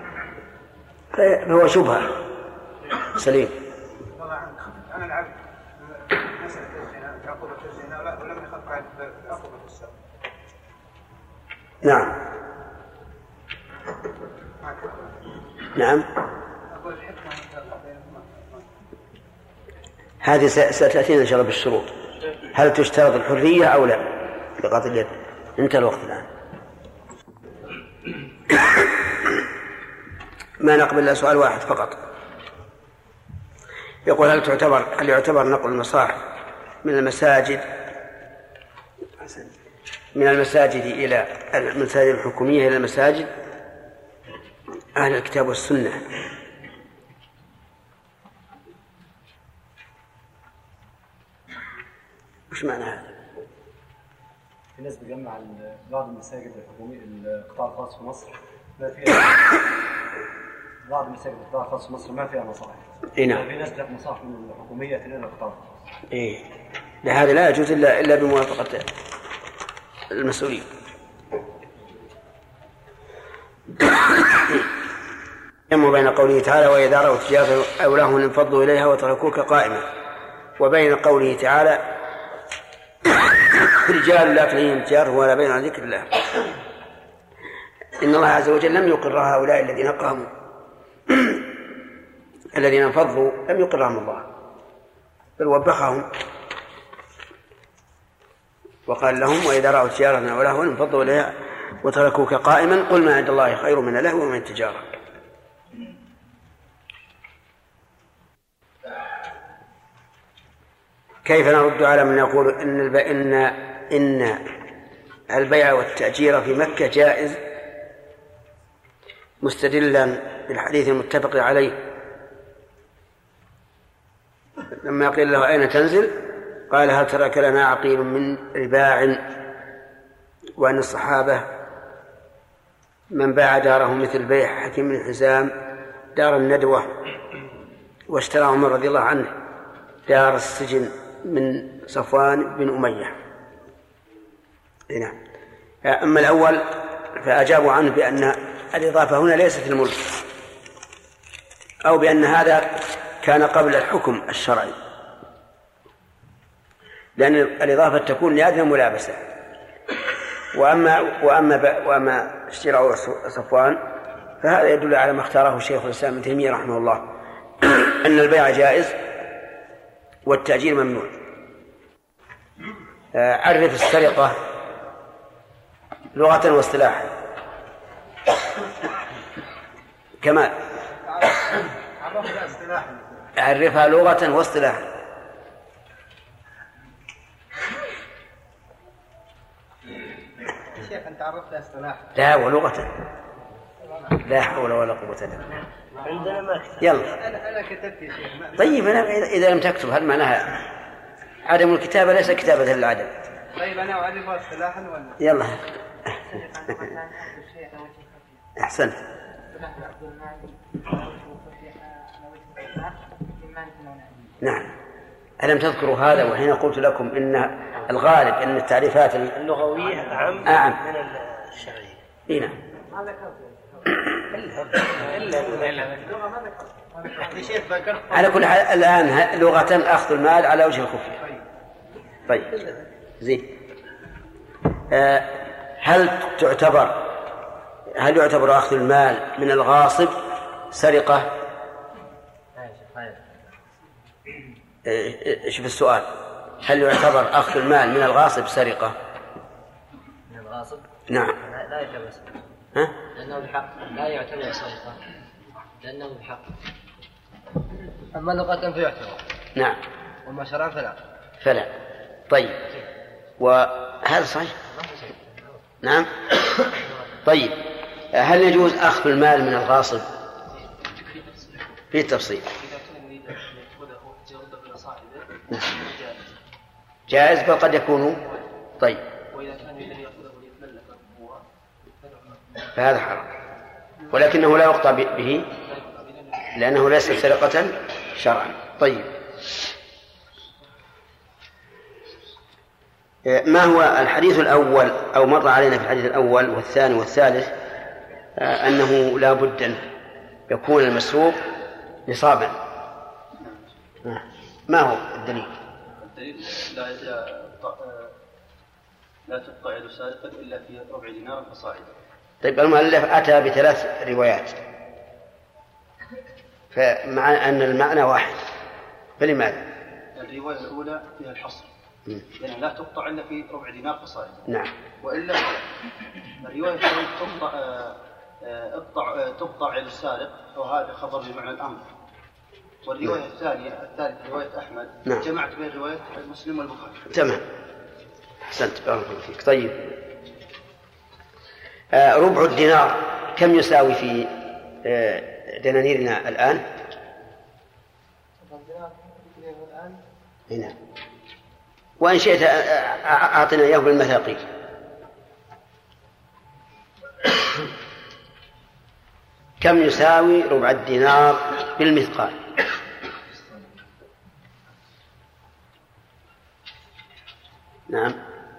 فهو شبهة. سليم.
أنا العبد مسألة الزنا عقوبة الزنا ولم يخف عن عقوبة السرقة.
نعم. نعم. هذه ستأتينا إن شاء الله بالشروط، هل تشترط الحرية أو لا بقطع اليد. انتهى الوقت الآن. ما نقبل إلا سؤال واحد فقط. يقول هل تعتبر هل يعتبر نقل المصاحف من المساجد من المساجد إلى المساجد الحكومية إلى المساجد أهل الكتاب والسنة؟ وش معنى هذا؟
في ناس بتجمع بعض المساجد الحكومية القطاع الخاص في مصر ما فيها بعض المساجد القطاع الخاص في مصر ما فيها مصاحف.
إيه نعم.
في ناس تاخذ مصاحف من الحكومية تنقل القطاع الخاص.
إيه. لهذا لا يجوز إلا إلا بموافقة المسؤولين. يم بين قوله تعالى وإذا رأوا تجارة أو لهوا انفضوا إليها وتركوك قائما، وبين قوله تعالى رجال لا تلهيهم تجارة ولا بيع عن ذكر الله. إن الله عز وجل لم يقر هؤلاء الذين قاموا الذين انفضوا، لم يقرهم الله بل وبخهم وقال لهم وإذا رأوا تجارة أو لهوا انفضوا إليها وتركوك قائما قل ما عند الله خير من اللهو ومن التجارة. كيف نرد على من يقول إن الب... إن إن البيع والتأجير في مكة جائز مستدلا بالحديث المتفق عليه لما قيل له أين تنزل قال هل ترك لنا عقيل من رباع، وأن الصحابة من باع داره مثل بيع حكيم بن حزام دار الندوة، واشترى عمر رضي الله عنه دار السجن من صفوان بن أمية. نعم. أما الأول فأجابوا عنه بأن الإضافة هنا ليست الملك، أو بأن هذا كان قبل الحكم الشرعي، لأن الإضافة تكون لأدنى ملابسة. وأما وأما وأما اشتراء صفوان فهذا يدل على ما اختاره شيخ الإسلام ابن تيمية رحمه الله أن البيع جائز والتأجير ممنوع. عرف السرقة لغة واصطلاحا. كمال عرفها لغة واصطلاحا.
شيخ أنت عرفت اصطلاح.
لا ولغة. لا حول ولا قوة إلا بالله.
عندنا ما كتب.
يلا.
أنا أنا كتبت يا شيخ.
طيب أنا إذا لم تكتب هل معناها عدم الكتابة ليس كتابة للعدم؟
طيب أنا أعرف اصطلاحا ولا؟
يلا. أحسنت. نعم. ألم تذكروا هذا وحين قلت لكم إن الغالب أن التعريفات
اللغوية أعم
أعم
من الشرعية.
إيه نعم. على كل حال الآن لغة أخذ المال على وجه الخفي. طيب زين. آه هل تعتبر هل يعتبر أخذ المال من الغاصب سرقة؟ ايش في السؤال؟ هل يعتبر أخذ المال من الغاصب سرقة؟
من الغاصب؟
نعم.
لا يعتبر سرقة.
ها؟
لأنه بحق. لا يعتبر سرقة لأنه بحق. أما لغة فيعتبر.
نعم.
وما شرعا فلا.
فلا. طيب. وهذا صحيح. نعم. طيب هل يجوز أخذ المال من الغاصب؟ في تفصيل. جائز بل قد يكون. طيب فهذا حرام ولكنه لا يقطع به لأنه ليس سرقة شرعا. طيب ما هو الحديث الأول أو مر علينا في الحديث الأول والثاني والثالث أنه لا بد أن يكون المسروق نصابا. ما هو الدليل؟
الدليل لا لا تقطع يد سارق إلا في ربع دينار فصاعدا.
طيب المؤلف أتى بثلاث روايات فمع أن المعنى واحد فلماذا؟
الرواية الأولى فيها الحصر يعني لا تقطع إلا في ربع دينار فصاعدا.
نعم.
وإلا الرواية الثانية تقطع اقطع تقطع يد السارق وهذا خبر بمعنى الأمر. والرواية نعم. الثانية الثالثة رواية أحمد نعم. جمعت بين رواية مسلم والبخاري.
تمام. أحسنت بارك الله فيك. طيب آه ربع الدينار كم يساوي في آه دنانيرنا الآن؟ هنا. وإن شئت أعطنا إياه بالمثاقيل. كم يساوي ربع الدينار بالمثقال؟ نعم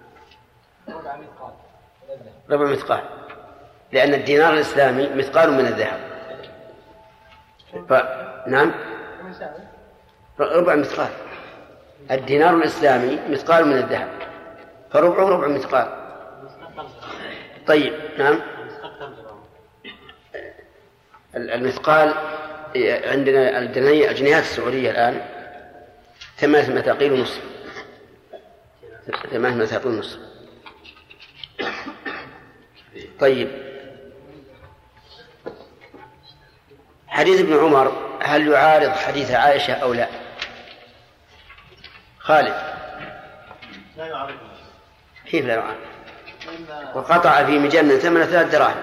ربع مثقال لأن الدينار الإسلامي مثقال من الذهب. ف... نعم ربع مثقال. الدينار الإسلامي مثقال من الذهب فربعه ربع مثقال. طيب نعم المثقال عندنا الجنيهات السعودية الآن ثمانية مثاقيل ونصف. ثمانية مثاقيل ونصف. طيب حديث ابن عمر هل يعارض حديث عائشة أو لا؟ خالد.
لا يعارض.
كيف لا يعارض؟ وقطع في مجنة ثمن ثلاث دراهم.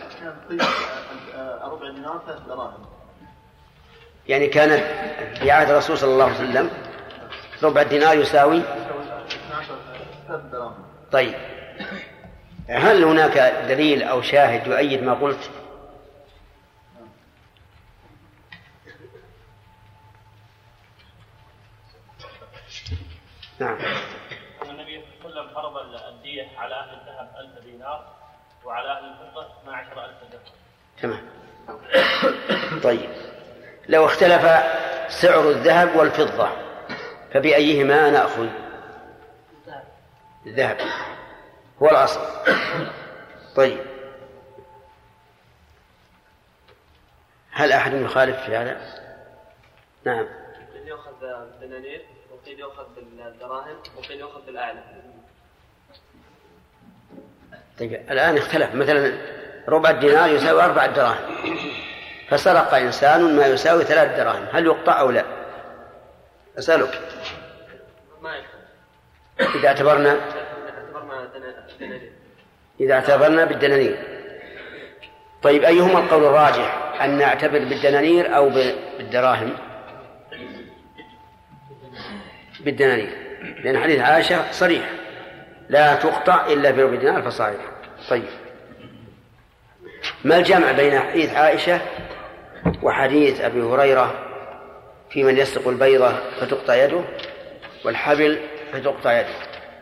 ربع دينار ثلاث دراهم.
يعني كانت في عهد الرسول صلى الله عليه وسلم ربع الدينار يساوي
ثلاث دراهم.
طيب هل هناك دليل أو شاهد يؤيد ما قلت؟ نعم.
النبي صلى الله عليه وسلم فرض الدية على أهل الذهب ألف دينار وعلى أهل الفضة اثنا عشر ألف درهم.
تمام. طيب لو اختلف سعر الذهب والفضة فبأيهما نأخذ؟ الذهب هو الأصل. طيب هل أحد يخالف في هذا؟ نعم.
قيل يأخذ بالدنانير وقيل يأخذ بالدراهم وقيل يأخذ بالأعلى.
طيب الآن اختلف مثلا ربع الدينار يساوي أربع دراهم فسرق إنسان ما يساوي ثلاث دراهم هل يقطع أو لا؟ أسألك.
ما يختلف.
إذا اعتبرنا
اعتبرنا دنانير.
إذا اعتبرنا بالدنانير. طيب أيهما القول الراجح، أن نعتبر بالدنانير أو بالدراهم؟ بالدنانير، لأن حديث عائشة صريح لا تقطع إلا بربع دينار فصاعدا. طيب ما الجمع بين حديث عائشة وحديث أبي هريرة في من يسرق البيضة فتقطع يده والحبل فتقطع يده؟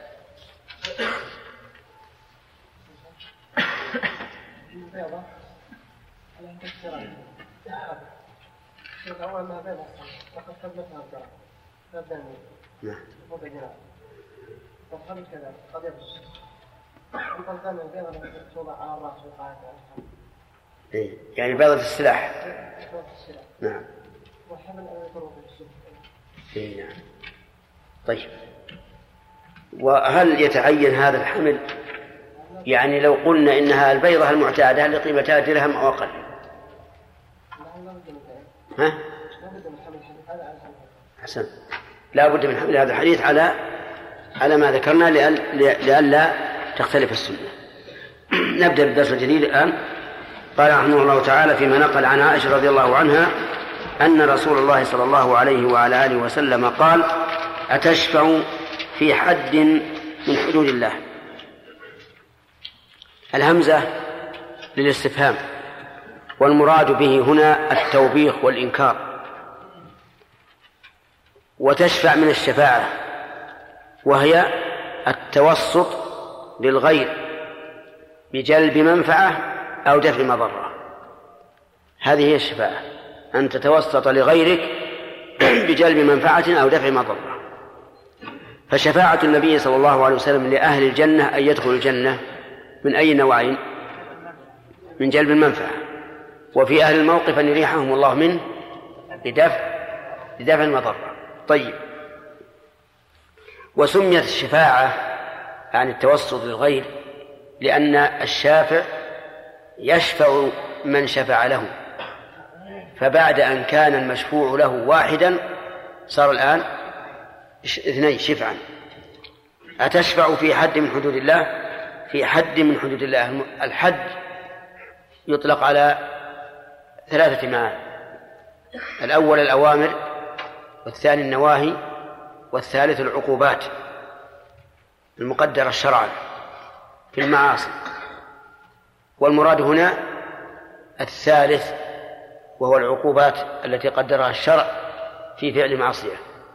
البيضة على كسران الشيء الأول ما بيضة فقد ثبتها الدرع ثبتها
نعم
ربع دينار والحبل كذا قد يبس القلقان البيضة التي توضع على الرأس وقاعدة
إيه؟ يعني بيضة السلاح. نعم.
والحبل يضرب بالسوق.
إيه نعم. طيب وهل يتعين هذا الحمل؟ يعني لو قلنا إنها البيضة المعتادة لقيمتها درهم أو أقل. ها؟ حسن. لا بد من حمل هذا الحديث على على ما ذكرنا لئلا تختلف السنة. نبدأ بالدرس الجديد الآن. قال رحمه الله تعالى فيما نقل عن عائشة رضي الله عنها أن رسول الله صلى الله عليه وعلى آله وسلم قال: أتشفع في حد من حدود الله؟ الهمزة للاستفهام، والمراد به هنا التوبيخ والإنكار. وتشفع من الشفاعة، وهي التوسط للغير بجلب منفعة أو دفع مضرة. هذه هي الشفاعة، أن تتوسط لغيرك بجلب منفعة أو دفع مضرة. فشفاعة النبي صلى الله عليه وسلم لأهل الجنة أن يدخلوا الجنة من أي نوعين؟ من جلب المنفعة. وفي أهل الموقف أن يريحهم الله منه لدفع لدفع المضرة. طيب وسميت الشفاعة عن التوسط للغير لأن الشافع يشفع من شفع له، فبعد أن كان المشفوع له واحدا صار الآن اثنين شفعا. أتشفع في حد من حدود الله؟ في حد من حدود الله. الحد يطلق على ثلاثة معاني: الأول الأوامر، والثاني النواهي، والثالث العقوبات المقدرة شرعا في المعاصي. والمراد هنا الثالث وهو العقوبات التي قدرها الشرع في فعل معصية.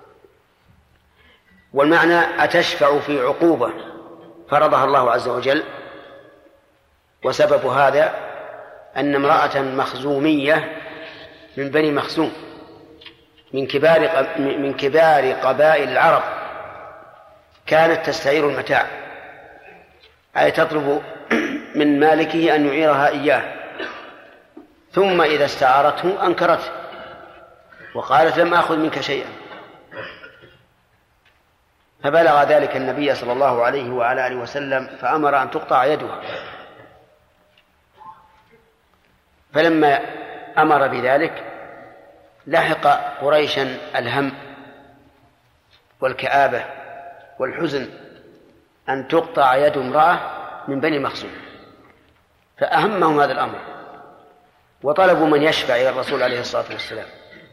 والمعنى أتشفع في عقوبة فرضها الله عز وجل، وسبب هذا أن امرأة مخزومية من بني مخزوم من كبار من كبار قبائل العرب كانت تستعير المتاع، أي تطلب من مالكه أن يعيرها إياه، ثم إذا استعارته أنكرته وقالت: لم أخذ منك شيئا. فبلغ ذلك النبي صلى الله عليه وعلى آله وسلم فأمر أن تقطع يدها. فلما أمر بذلك لحق قريشا الهم والكآبة والحزن أن تقطع يد امرأة من بني مخزوم، فأهمهم هذا الأمر وطلبوا من يشفع إلى الرسول عليه الصلاة والسلام.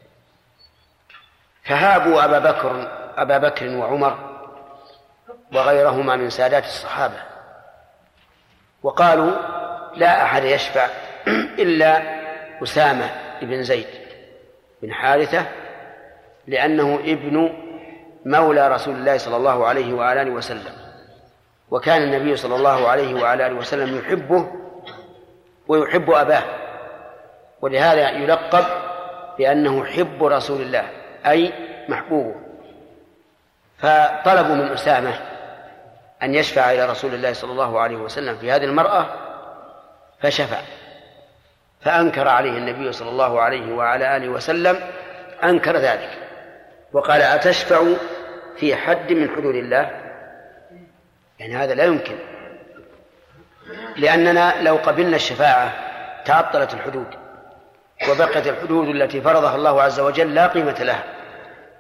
فهابوا أبا بكر أبا بكر وعمر وغيرهما من سادات الصحابة، وقالوا: لا أحد يشفع إلا أسامة بن زيد بن حارثة، لأنه ابن مولى رسول الله صلى الله عليه وعلى آله وسلم، وكان النبي صلى الله عليه وعلى آله وسلم يحبه ويحب أباه، ولهذا يلقب بأنه حب رسول الله أي محبوبه. فطلبوا من أسامة أن يشفع إلى رسول الله صلى الله عليه وسلم في هذه المرأة، فشفع. فأنكر عليه النبي صلى الله عليه وعلى آله وسلم أنكر ذلك وقال: أتشفع في حد من حدود الله؟ يعني هذا لا يمكن، لأننا لو قبلنا الشفاعة تعطلت الحدود وبقت الحدود التي فرضها الله عز وجل لا قيمة لها.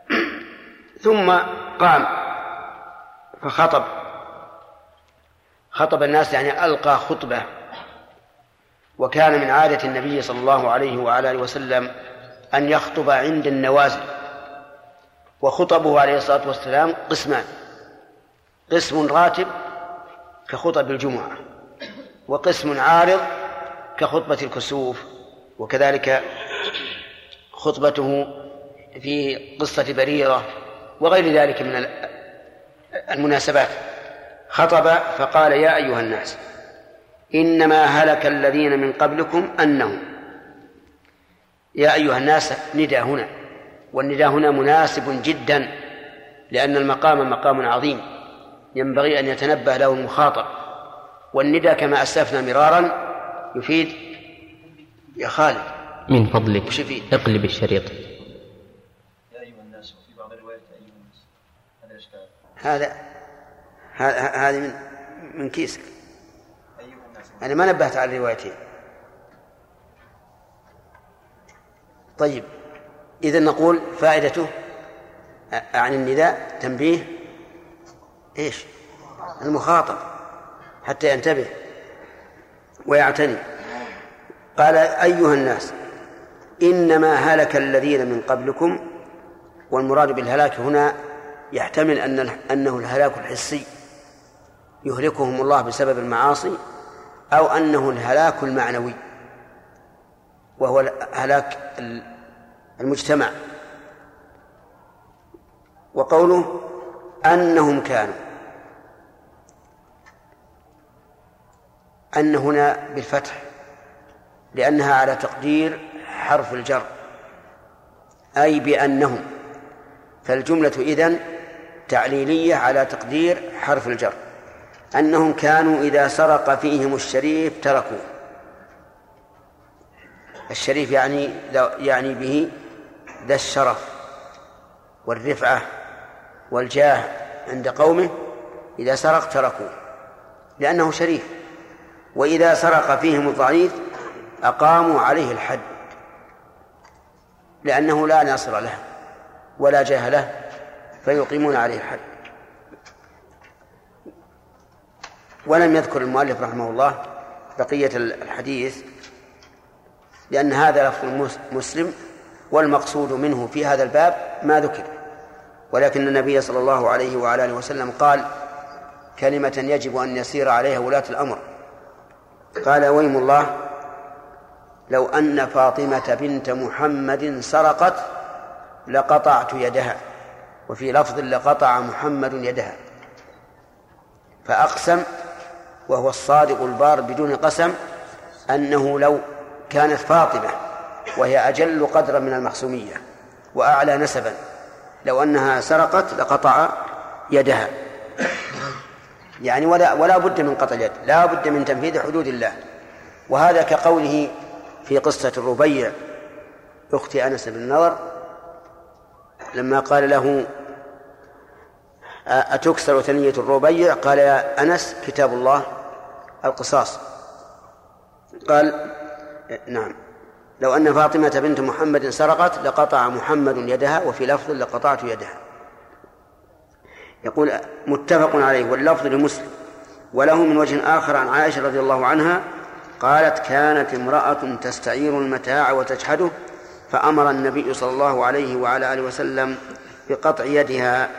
ثم قام فخطب خطب الناس يعني ألقى خطبة. وكان من عادة النبي صلى الله عليه وعلى آله وسلم أن يخطب عند النوازل، وخطبه عليه الصلاة والسلام قسمان: قسم راتب كخطب الجمعة، وقسم عارض كخطبة الكسوف، وكذلك خطبته في قصة بريرة وغير ذلك من المناسبات. خطب فقال: يا أيها الناس، إنما هلك الذين من قبلكم أنهم. يا أيها الناس نداء هنا، والنداء هنا مناسب جدا، لأن المقام مقام عظيم ينبغي أن يتنبه له المخاطب. والنداء كما أسلفنا مرارا يفيد. يا خالد
من فضلك اقلب الشريط.
يا أيها الناس، وفي بعض الروايات أيها الناس. هذا الإشكال.
هذا هذه من من كيسك. أنا ما نبهت على الروايتين. طيب، إذن نقول فائدته عن النداء تنبيه إيش؟ المخاطب حتى ينتبه ويعتني. قال: أيها الناس، إنما هلك الذين من قبلكم. والمراد بالهلاك هنا يحتمل أن أنه الهلاك الحسي يهلكهم الله بسبب المعاصي، أو أنه الهلاك المعنوي وهو هلاك المجتمع. وقوله أنهم كانوا، أن هنا بالفتح لأنها على تقدير حرف الجر، أي بأنهم، فالجملة إذن تعليلية على تقدير حرف الجر. أنهم كانوا إذا سرق فيهم الشريف تركوه. الشريف يعني يعني به ذا الشرف والرفعة والجاه عند قومه، إذا سرق تركوه لأنه شريف. وإذا سرق فيهم الضعيف أقاموا عليه الحد، لأنه لا ناصر له ولا جاه له، فيقيمون عليه الحد. ولم يذكر المؤلف رحمه الله بقية الحديث، لأن هذا لفظ مسلم، والمقصود منه في هذا الباب ما ذكر. ولكن النبي صلى الله عليه وعلى آله وسلم قال كلمة يجب أن يسير عليها ولاة الأمر. قال: ويم الله لو أن فاطمة بنت محمد سرقت لقطعت يدها، وفي لفظ لقطع محمد يدها. فأقسم، وهو الصادق البار بدون قسم، أنه لو كانت فاطمة وهي أجل قدرا من المخصومية وأعلى نسبا، لو أنها سرقت لقطع يدها. يعني ولا, ولا بد من قطع اليد، لا بد من تنفيذ حدود الله. وهذا كقوله في قصة الربيع أخت أنس بن النضر لما قال له: أتكسر ثنية الربيع؟ قال: يا أنس كتاب الله القصاص. قال: نعم، لو أن فاطمة بنت محمد سرقت لقطع محمد يدها، وفي لفظ لقطعت يدها. يقول متفق عليه، واللفظ لمسلم. وله من وجه آخر عن عائشة رضي الله عنها قالت: كانت امرأة تستعير المتاع وتجحده، فأمر النبي صلى الله عليه وعلى آله وسلم بقطع يدها.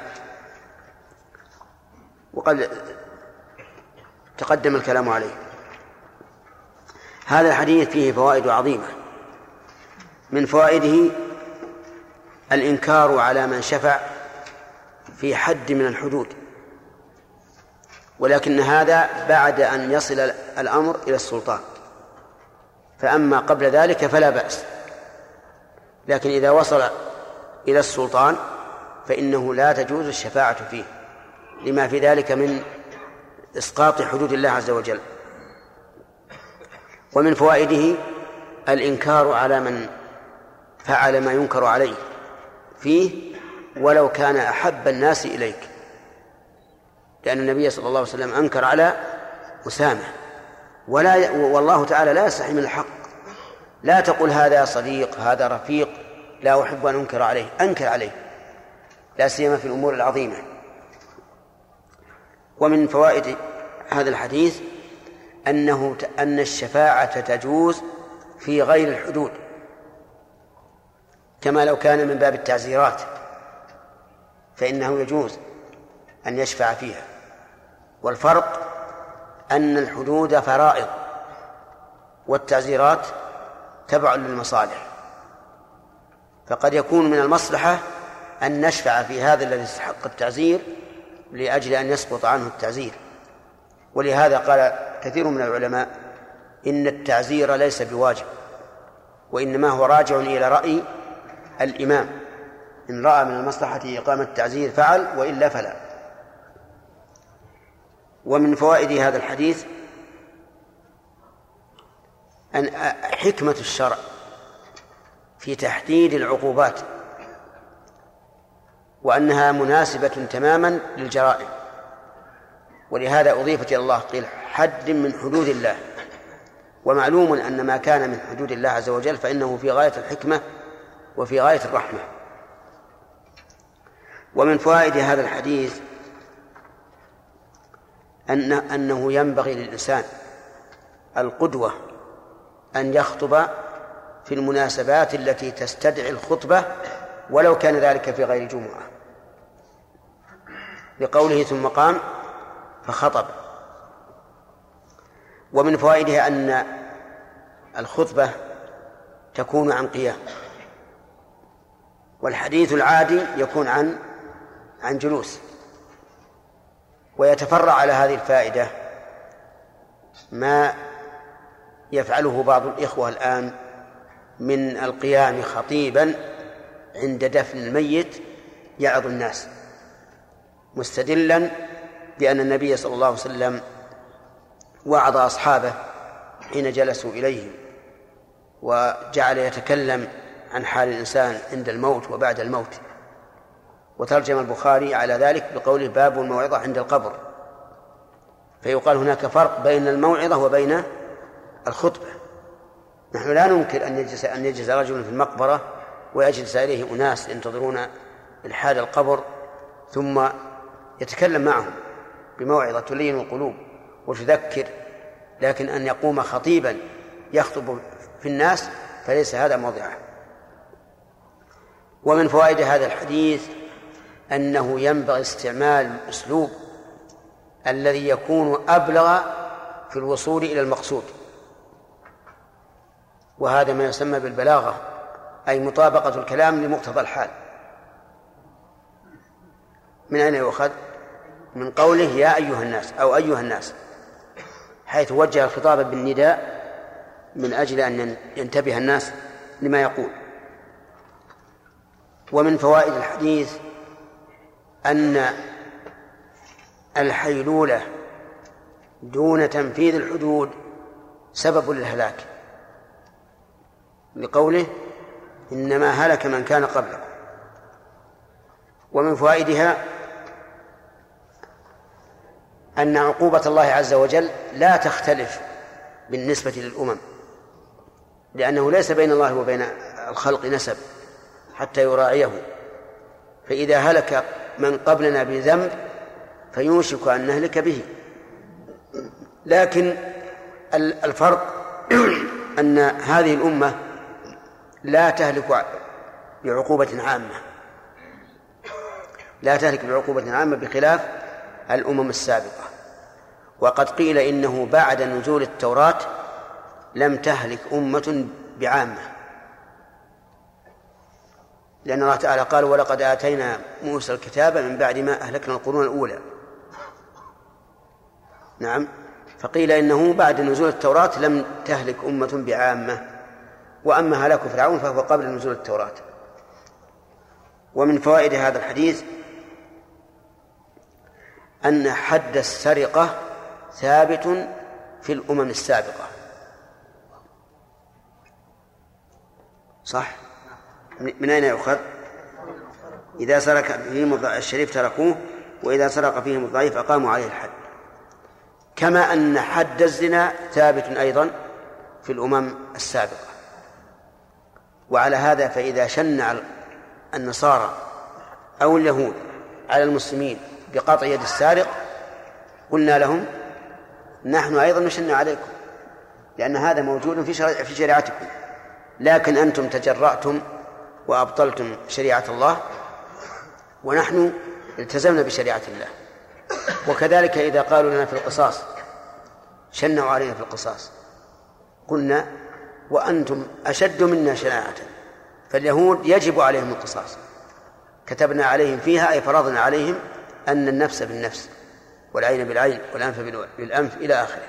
وقد تقدم الكلام عليه. هذا الحديث فيه فوائد عظيمة. من فوائده الإنكار على من شفع في حد من الحدود، ولكن هذا بعد أن يصل الأمر إلى السلطان، فأما قبل ذلك فلا بأس. لكن إذا وصل إلى السلطان فإنه لا تجوز الشفاعة فيه، لما في ذلك من إسقاط حدود الله عز وجل. ومن فوائده الإنكار على من فعل ما ينكر عليه فيه ولو كان أحب الناس إليك، لأن النبي صلى الله عليه وسلم أنكر على أسامة، ولا ي... والله تعالى لا يستحي من الحق. لا تقل هذا صديق هذا رفيق لا أحب أن أنكر عليه، أنكر عليه، لا سيما في الأمور العظيمة. ومن فوائد هذا الحديث أنه أن الشفاعة تجوز في غير الحدود، كما لو كان من باب التعزيرات فإنه يجوز أن يشفع فيها. والفرق أن الحدود فرائض والتعزيرات تبع للمصالح، فقد يكون من المصلحة أن نشفع في هذا الذي يستحق التعزير لأجل أن يسقط عنه التعزير. ولهذا قال كثير من العلماء إن التعزير ليس بواجب، وإنما هو راجع إلى رأي الإمام، إن رأى من المصلحة إقامة التعزير فعل، وإلا فلا. ومن فوائد هذا الحديث أن حكمة الشرع في تحديد العقوبات، وأنها مناسبة تماما للجرائم، ولهذا أضيفت إلى الله قيل حد من حدود الله. ومعلوم أن ما كان من حدود الله عز وجل فإنه في غاية الحكمة وفي غاية الرحمة. ومن فوائد هذا الحديث أن أنه ينبغي للإنسان القدوة أن يخطب في المناسبات التي تستدعي الخطبة ولو كان ذلك في غير جمعة، لقوله ثم قام فخطب. ومن فوائدها أن الخطبة تكون عن قيام، والحديث العادي يكون عن عن جلوس. ويتفرع على هذه الفائدة ما يفعله بعض الإخوة الآن من القيام خطيبا عند دفن الميت يعظ الناس، مستدلا بأن النبي صلى الله عليه وسلم وعظ أصحابه حين جلسوا إليه وجعل يتكلم عن حال الإنسان عند الموت وبعد الموت. وترجم البخاري على ذلك بقوله باب الموعظة عند القبر، فيقال هناك فرق بين الموعظة وبين الخطبة. نحن لا ننكر أن يجلس أن يجلس رجل في المقبرة ويجلس إليه أناس ينتظرون إلحاد القبر ثم يتكلم معهم بموعظة تلين القلوب وتذكر، لكن أن يقوم خطيبا يخطب في الناس فليس هذا موضعه. ومن فوائد هذا الحديث أنه ينبغي استعمال الأسلوب الذي يكون أبلغ في الوصول إلى المقصود، وهذا ما يسمى بالبلاغة، أي مطابقة الكلام لمقتضى الحال. من أين يؤخذ؟ من قوله يا أيها الناس أو أيها الناس، حيث وجه الخطاب بالنداء من أجل أن ينتبه الناس لما يقول. ومن فوائد الحديث أن الحيلولة دون تنفيذ الحدود سبب للهلاك، لقوله إنما هلك من كان قبلكم. ومن فوائدها أن عقوبة الله عز وجل لا تختلف بالنسبة للأمم، لأنه ليس بين الله وبين الخلق نسب حتى يراعيه، فإذا هلك من قبلنا بذنب فيوشك أن نهلك به. لكن الفرق أن هذه الأمة لا تهلك بعقوبة عامة، لا تهلك بعقوبة عامة بخلاف الأمم السابقة. وقد قيل إنه بعد نزول التوراة لم تهلك أمة بعامة، لأن الله تعالى قال ولقد آتينا موسى الكتاب من بعد ما أهلكنا القرون الأولى. نعم، فقيل إنه بعد نزول التوراة لم تهلك أمة بعامة، وأما هلاك فرعون فهو قبل نزول التوراة. ومن فوائد هذا الحديث أن حد السرقة ثابت في الأمم السابقة، صح؟ من أين يؤخذ؟ إذا سرق فيهم الشريف تركوه، وإذا سرق فيهم الضعيف أقاموا عليه الحد. كما أن حد الزنا ثابت أيضا في الأمم السابقة. وعلى هذا فإذا شنع النصارى أو اليهود على المسلمين بقطع يد السارق قلنا لهم نحن أيضا نشن عليكم، لأن هذا موجود في شريعة في شريعتكم، لكن أنتم تجرأتم وأبطلتم شريعة الله، ونحن التزمنا بشريعة الله. وكذلك إذا قالوا لنا في القصاص، شنعوا علينا في القصاص، قلنا وأنتم أشد منا شناعة، فاليهود يجب عليهم القصاص، كتبنا عليهم فيها أي فرضنا عليهم أن النفس بالنفس والعين بالعين والأنف بالأنف إلى آخره.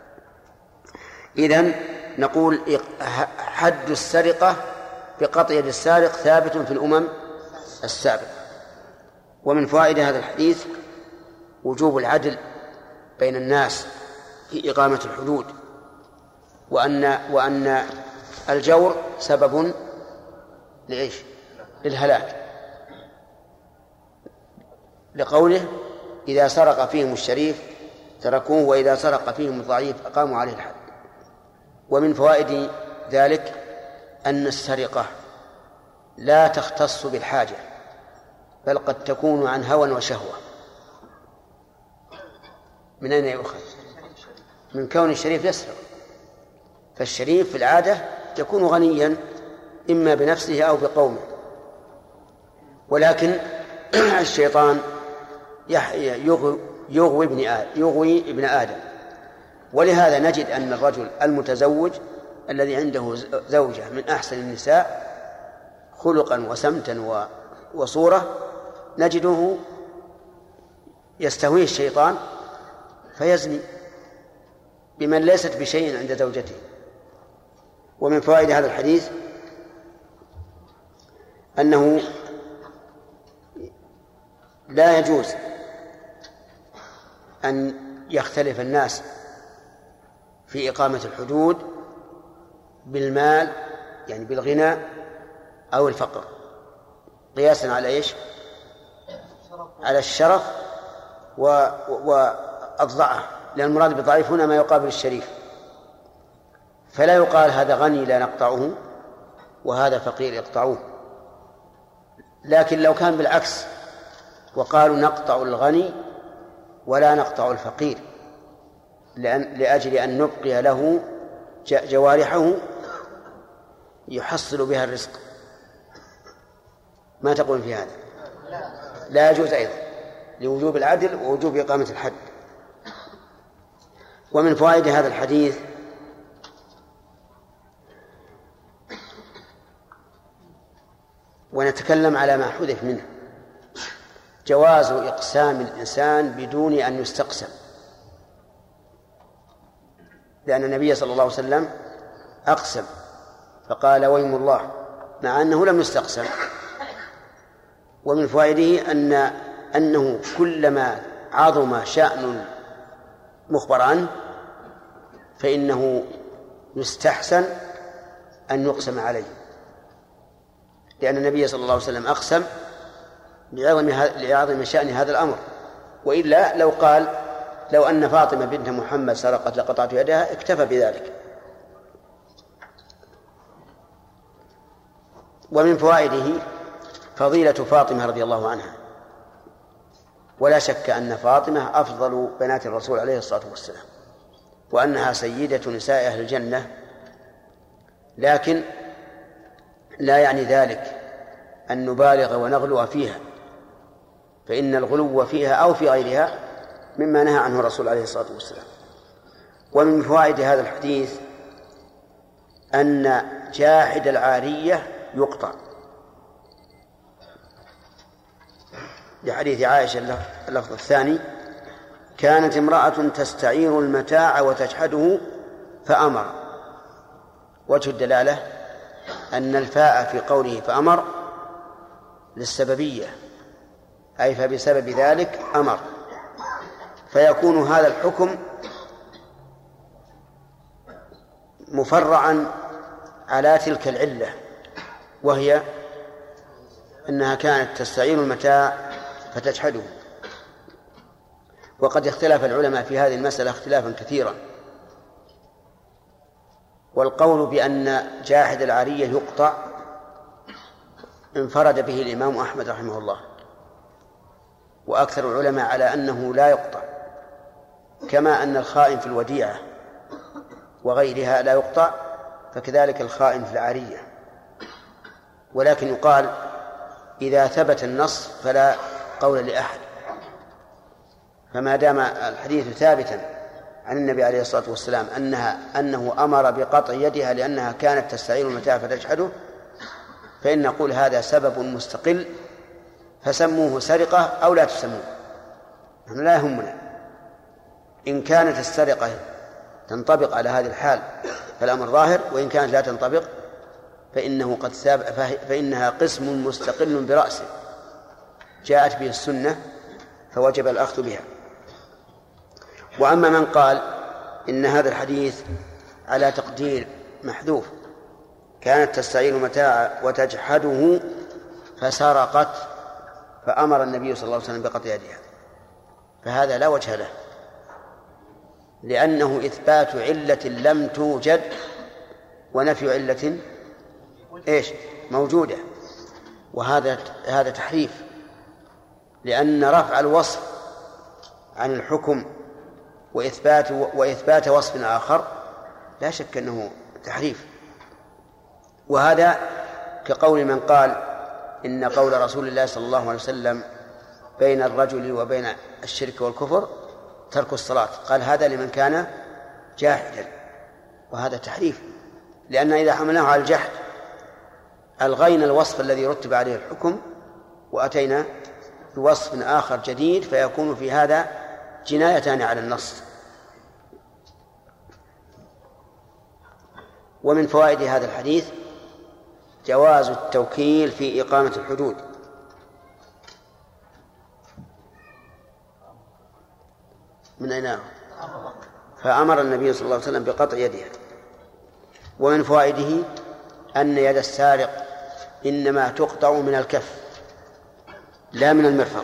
إذن نقول حد السرقة بقطع يد السارق ثابت في الأمم السابقة. ومن فوائد هذا الحديث وجوب العدل بين الناس في إقامة الحدود، وأن وأن الجور سبب لإيش؟ للهلاك، لقوله إذا سرق فيهم الشريف تركوه وإذا سرق فيهم الضعيف أقاموا عليه الحد. ومن فوائد ذلك أن السرقة لا تختص بالحاجة، بل قد تكون عن هوى وشهوة. من أين يؤخذ؟ من كون الشريف يسرق، فالشريف في العادة يكون غنيا إما بنفسه أو بقومه، ولكن الشيطان يغوي ابن يغوي ابن آدم. ولهذا نجد أن الرجل المتزوج الذي عنده زوجة من أحسن النساء خلقا وسمتا وصورة نجده يستهويه الشيطان فيزني بمن ليست بشيء عند زوجته. ومن فوائد هذا الحديث أنه لا يجوز أن يختلف الناس في إقامة الحدود بالمال، يعني بالغنى أو الفقر، قياسا على إيش؟ على الشرف والضعف، لأن المراد بالضعيف هنا ما يقابل الشريف، فلا يقال هذا غني لا نقطعه وهذا فقير يقطعوه. لكن لو كان بالعكس وقالوا نقطع الغني ولا نقطع الفقير لأن لأجل أن نبقي له جوارحه يحصل بها الرزق، ما تقول في هذا؟ لا يجوز أيضا، لوجوب العدل ووجوب إقامة الحد. ومن فوائد هذا الحديث ونتكلم على ما حدث منه جواز إقسام الإنسان بدون أن يستقسم، لأن النبي صلى الله عليه وسلم أقسم فقال ويم الله مع أنه لم يستقسم. ومن فوائده أن أنه كلما عظم شأن مخبر عنه فإنه يستحسن أن يقسم عليه، لأن النبي صلى الله عليه وسلم أقسم لعظم شأن هذا الأمر. وإلا لو قال لو أن فاطمة بنت محمد سرقت لقطعت يدها اكتفى بذلك. ومن فوائده فضيلة فاطمة رضي الله عنها، ولا شك أن فاطمة أفضل بنات الرسول عليه الصلاة والسلام، وأنها سيدة نساء أهل الجنة، لكن لا يعني ذلك أن نبالغ ونغلو فيها، فإن الغلو فيها أو في غيرها مما نهى عنه الرسول عليه الصلاة والسلام. ومن فوائد هذا الحديث أن جاحد العارية يقطع، لحديث عائشة اللفظ الثاني كانت امرأة تستعير المتاع وتجحده فأمر. وجه الدلالة أن الفاء في قوله فأمر للسببية، أي فبسبب ذلك أمر، فيكون هذا الحكم مفرعا على تلك العلة، وهي أنها كانت تستعير المتاع فتجحده. وقد اختلف العلماء في هذه المسألة اختلافا كثيرا، والقول بأن جاحد العارية يقطع انفرد به الإمام أحمد رحمه الله، وأكثر العلماء على أنه لا يقطع، كما أن الخائن في الوديعة وغيرها لا يقطع، فكذلك الخائن في العارية. ولكن يقال إذا ثبت النص فلا قول لأحد، فما دام الحديث ثابتا عن النبي عليه الصلاة والسلام أنها أنه أمر بقطع يدها لأنها كانت تستعير المتاع فتجحده، فإن نقول هذا سبب مستقل، فسموه سرقة أو لا تسموه، نحن لا يهمنا. إن كانت السرقة تنطبق على هذه الحال فالأمر ظاهر، وإن كانت لا تنطبق فإنه قد ثاب فإنها قسم مستقل برأسه جاءت به السنة فوجب الأخذ بها. وأما من قال إن هذا الحديث على تقدير محذوف كانت تستعير متاع وتجحده فسرقت فأمر النبي صلى الله عليه وسلم بقطع يدها، فهذا لا وجه له، لأنه إثبات علة لم توجد ونفي علة إيش موجودة، وهذا هذا تحريف، لأن رفع الوصف عن الحكم وإثبات وإثبات وصف آخر لا شك أنه تحريف. وهذا كقول من قال إن قول رسول الله صلى الله عليه وسلم بين الرجل وبين الشرك والكفر ترك الصلاة، قال هذا لمن كان جاحدا، وهذا تحريف، لأن إذا حملناه على الجحد ألغينا الوصف الذي رتب عليه الحكم وأتينا بوصف آخر جديد، فيكون في هذا جنايتان على النص. ومن فوائد هذا الحديث جواز التوكيل في إقامة الحدود، من أين؟ فأمر النبي صلى الله عليه وسلم بقطع يدها. ومن فوائده أن يد السارق إنما تقطع من الكف لا من المرفق.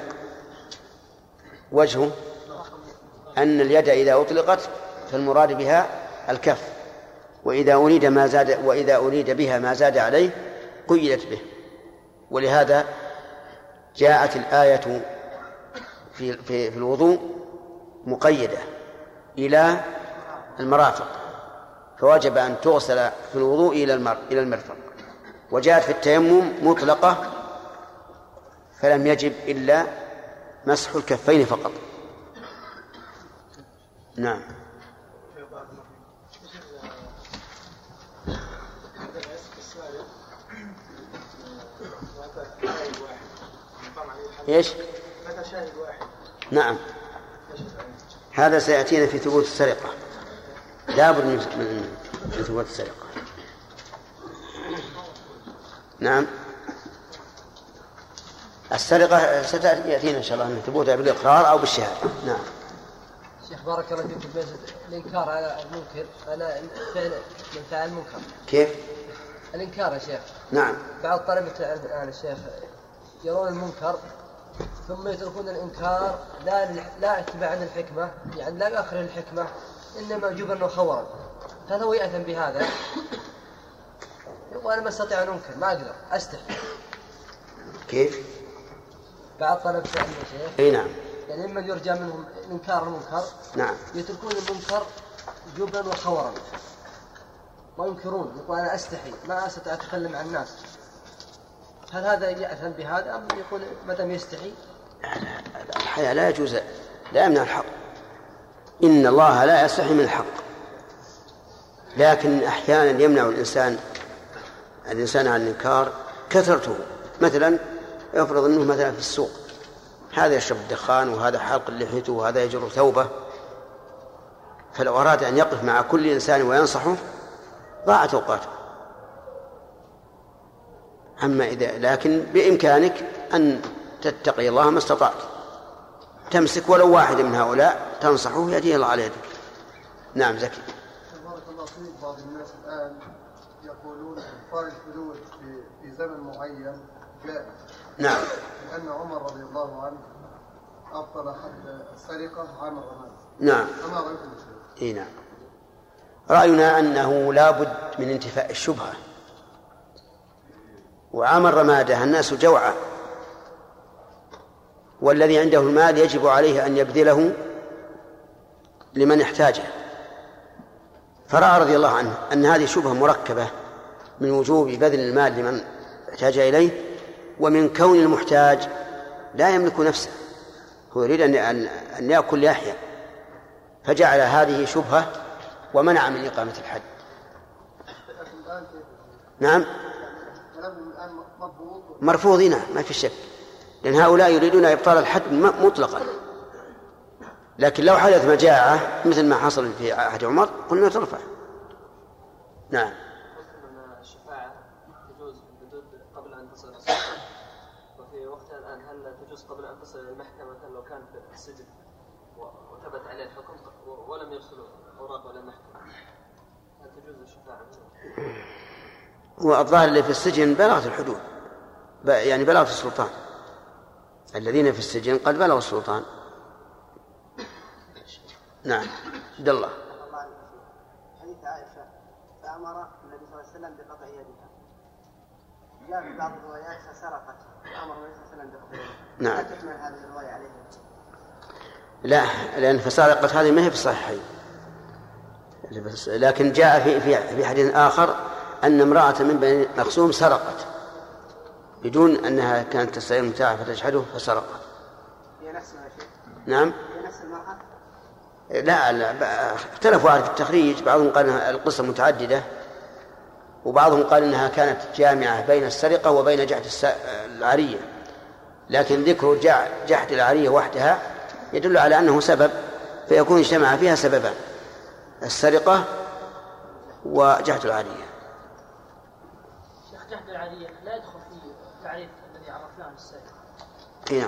وجهه أن اليد إذا أطلقت فالمراد بها الكف، وإذا أريد ما زاد وإذا أريد بها ما زاد عليه قيدت به. ولهذا جاءت الآية في في, في الوضوء مقيدة إلى المرافق، فوجب أن تغسل في الوضوء إلى المر إلى المرفق. وجاءت في التيمم مطلقة فلم يجب إلا مسح الكفين فقط. نعم. إيش؟ نعم، هذا سيأتينا في ثبوت السرقة، لا بد من ثبوت السرقة. نعم، السرقة ستأتينا إن شاء الله من ثبوتها بالإقرار أو بالشهادة. نعم.
شيخ بارك الله فيك، الإنكار على المنكر على فعل من فعل المنكر
كيف؟
الإنكار يا شيخ.
نعم.
بعض طلبة العلم الآن الشيخ يرون المنكر ثم يتركون الإنكار لا لا اتباعا للحكمة، يعني لا بآخر الحكمة، إنما جبرا وخورا. هل هو يأثم بهذا؟ وأنا ما أستطيع أن أنكر، ما أقدر، أستحي.
كيف؟
بعض طلبة العلم يا شيخ.
أي نعم.
يعني إما يرجى منهم إنكار المنكر. نعم. يتركون المنكر جبرا وخورا، ما ينكرون، يقول أنا أستحي ما أستطيع أتكلم عن الناس. هل هذا يأثم بهذا أم يقول مدام يستحي؟
الحياة لا يجوز، لا يمنع الحق، إن الله لا يستحي من الحق، لكن أحيانا يمنع الإنسان الإنسان عن الإنكار كثرته. مثلا يفرض أنه مثلا في السوق هذا يشرب الدخان وهذا حلق لحيته وهذا يجر ثوبه، فلو أراد أن يقف مع كل إنسان وينصحه ضاعت أوقاته. أما إذا لكن بإمكانك أن تتقي الله ما استطعت، تمسك ولو واحد من هؤلاء تنصحه يهديه الله على يدك. نعم زكي.
بارك الله فيك. بعض الناس الآن يقولون إبطال الحدود في في زمن معين جائز.
نعم.
لأن عمر رضي الله عنه أبطل حد السرقة عام الرماد.
نعم.
أما رأيكم
إيه نعم. رأينا أنه لا بد من انتفاء الشبهة، وعام الرمادة الناس جوعى، والذي عنده المال يجب عليه أن يبذله لمن احتاجه. فرأى رضي الله عنه أن هذه شبهة مركبة من وجوب بذل المال لمن احتاج إليه، ومن كون المحتاج لا يملك نفسه، هو يريد أن أن يأكل ليحيا، فجعل هذه شبهة ومنع من إقامة الحد. نعم مرفوضين ما في شك، لأن هؤلاء يريدون إبطال الحد مطلقا. لكن لو حدث مجاعة مثل ما حصل في عهد عمر قلنا ترفع. نعم.
الشفاعة تجوز بالحدود قبل أن تصل السلطة، وفي وقتها الآن هل تجوز قبل أن تصل إلى المحكمة مثلا لو كان في السجن وثبت عليه الحكم ولم يرسلوا أوراق إلى المحكمة، هل تجوز الشفاعة؟
والظاهر اللي في السجن بلغت الحدود، يعني بلغت السلطان، الذين في السجن قد بلغوا السلطان. نعم. عبد الله.
حديث عائشة فأمر النبي صلى الله عليه وسلم بقطع يدها، جاء في بعض الروايات فسرقت فأمر النبي صلى الله عليه وسلم بقطع يدها.
نعم.
لا تحمل هذه الرواية عليه.
لا، لأن فسرقت هذه ما هي في الصحيحين، لكن جاء في في حديث آخر أن امرأة من بني مخزوم سرقت بدون أنها كانت تستطيع المتاع فتشهده فسرقت.
هي نفسها شيء.
نعم.
هي نفس المرأة.
لا لا اختلفوا على التخريج، بعضهم قال أنها القصة متعددة، وبعضهم قال أنها كانت جامعة بين السرقة وبين جحد العارية، لكن ذكر جحد العارية وحدها يدل على أنه سبب، فيكون اجتمع فيها سببان: السرقة وجحد العارية.
شيخ جحد العارية لا يدخل في التعريف الذي عرفناه عن السرقة.
نعم.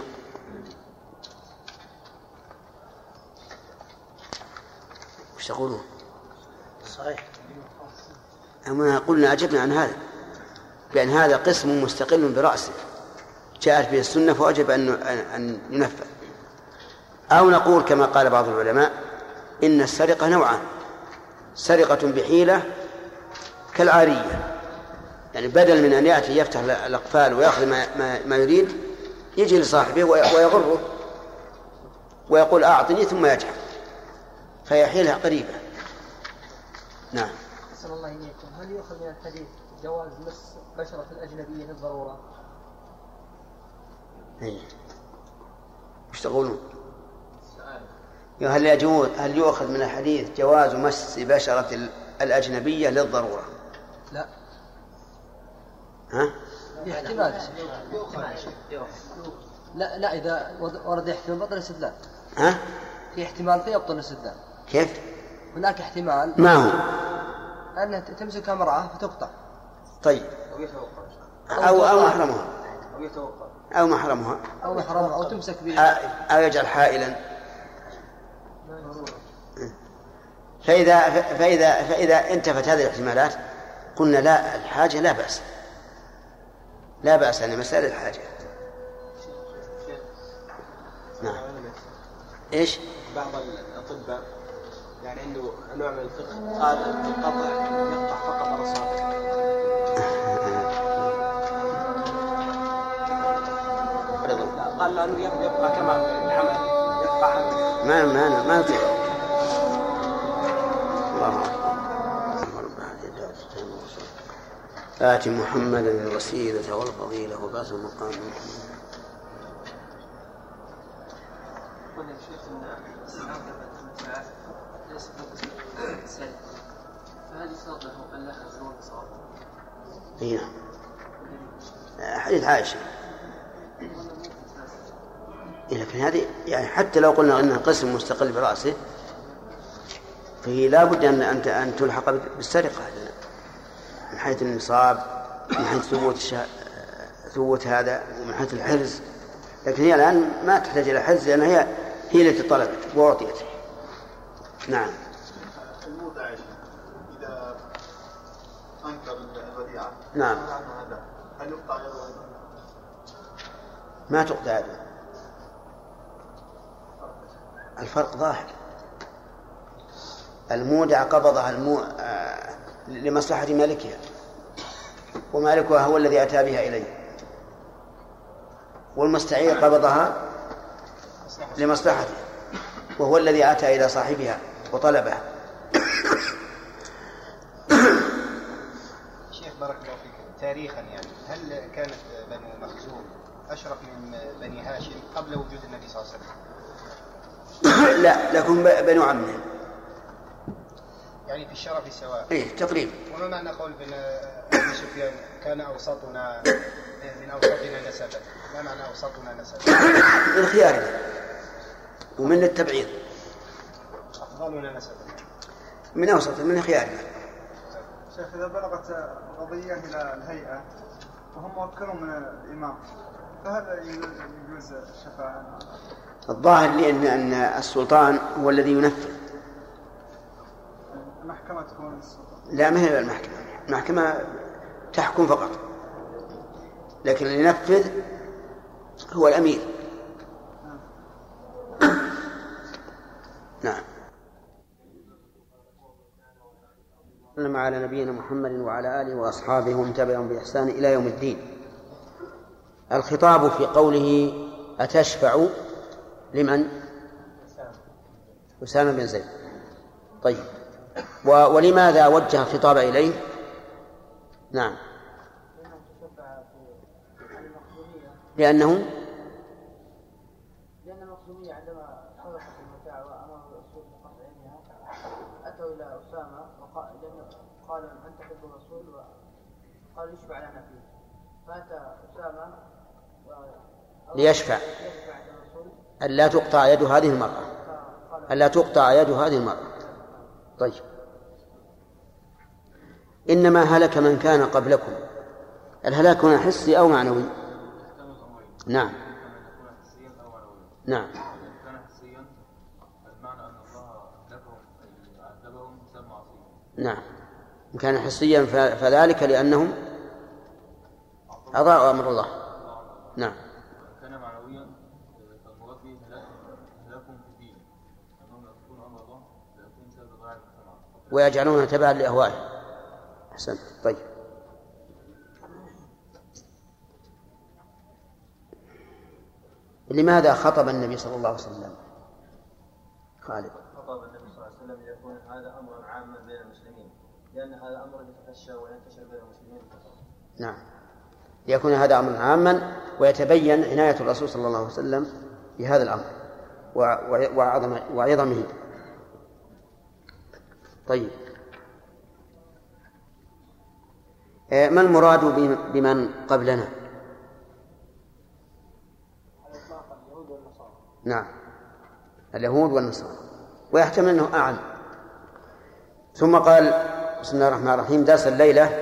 وش تقولون؟
صحيح.
أما قلنا أجبنا عن هذا بأن هذا قسم مستقل برأسه جاءت به السنة فوجب أن أن ينفذ، أو نقول كما قال بعض العلماء إن السرقة نوعان: سرقة بحيلة كالعارية، يعني بدل من أن يأتي يفتح الأقفال ويأخذ ما, ما, ما يريد يجي لصاحبه ويغره ويقول أعطني ثم يجحد، فهي حيلة قريبة. نعم.
أسأل الله إليكم، هل يؤخذ من الحديث جواز مس بشرة الأجنبية للضرورة؟
إيه. وش تقولون؟ هل يجوز هل يؤخذ من الحديث جواز مس بشرة الأجنبية للضرورة؟
لا.
ها؟
احتمال. لا لا إذا ورد احتمال بطل الاستدلال.
ها؟
في احتمال فيبطل الاستدلال.
كيف؟
هناك احتمال.
ما هو؟
أنها تمسك امرأة فتقطع.
طيب. أو أو محرمها.
أو يتوقع.
أو محرمها.
أو محرمها أو تمسك بها.
أو يجعل حائلا. فإذا فإذا فإذا انتفت هذه الاحتمالات قلنا لا، الحاجة لا بأس، لا بأس أن مسألة الحاجة. نعم. إيش؟
بعض الأطباء يعني عنده نوع من الفقه قال القطع يقطع فقط الأصابع. قال لأنه يبقى كما العمل يبقى عمل.
ما ما ما نطيق. الله آت محمدا الوسيلة والفضيلة وبعث المقام.
فهل يصاب له أن لا يزور صار؟
إيه. حديث عائشة. لكن هذه يعني حتى لو قلنا أنها قسم مستقل برأسه فهي لا بد أن أن أن تلحق بالسرقة من حيث النصاب، من حيث ثبوت الشا... ثبوت هذا، ومن حيث الحرز. لكن هي الآن ما تحتاج إلى حرز لأن هي هي التي طلبت وأعطيت. نعم.
المودع إذا أنكر الوديعة
نعم.
هل يقطع يده؟
ما تقطع يده. الفرق ظاهر. المودع قبضها المو... آه... لمصلحة مالكها، ومالكها هو الذي أتى بها إليه، والمستعير قبضها لمصلحته وهو الذي أتى إلى صاحبها وطلبه.
شيخ بارك الله فيك، تاريخا يعني هل كانت بنو مخزوم أشرف من بني هاشم قبل وجود النبي صلى الله عليه وسلم؟
لا، لكن بنو عمهم
يعني في الشرف سواء.
إيه تقريبا.
وما معنى قول بن أبي سفيان كان أوسطنا من أوسطنا نسبا؟ ما معنى أوسطنا نسبا؟
من خيارنا ومن التبعيض.
أفضلنا نسبا
من أوسط من خيارنا.
شيخ إذا بلغت قضية إلى الهيئة وهم موكلون من الإمام فهل يجوز الشفاعة؟
الظاهر لي أن أن السلطان هو الذي ينفذ.
المحكمة تكون السلطان؟
لا، ما هي المحكمة. المحكمة تحكم فقط، لكن اللي ينفذ هو الأمير. نعم. سلم على نبينا محمد وعلى آله وأصحابه ومن تبعهم بإحسان إلى يوم الدين. الخطاب في قوله أتشفع لمن؟ أسامة بن زيد. طيب، ولماذا وجه الخطاب إليه؟ نعم، لأنه
لأن المخزومية عندما صدقت المتاع وأمر الرسول بقطع يدها أتوا إلى أسامة وقال قالوا أنت تحب الرسول وقال يشفع لنا فيه، فأتى أسامة
ليشفع ألا تقطع يد هذه المرأة، ألا تقطع يد هذه المرأة. طيب، إنما هلك من كان قبلكم. الهلاك هنا حسي أو معنوي؟ نعم نعم. نعم، إن كان حسيا فذلك لأنهم أضاعوا أمر الله. نعم.
كان معنويا فالمراد به هلاكهم في الدين، أنهم يتركون أمر الله ليكون سبب ضياع المجتمع
ويجعلونها تبعا لأهوائهم. أحسنت. طيب، لماذا خطب النبي صلى الله عليه وسلم؟ خالد.
خطب النبي صلى الله عليه وسلم ليكون هذا أمرا عاما بين المسلمين، لأن هذا أمر يتفشى وينتشر بين المسلمين.
نعم، ليكون هذا أمرا عاما ويتبين عناية الرسول صلى الله عليه وسلم بهذا الأمر وعظمه. طيب، ما المراد بمن قبلنا؟ نعم، اليهود والنصارى، ويحتمل أنه أعم. ثم قال بسم الله الرحمن الرحيم درس الليلة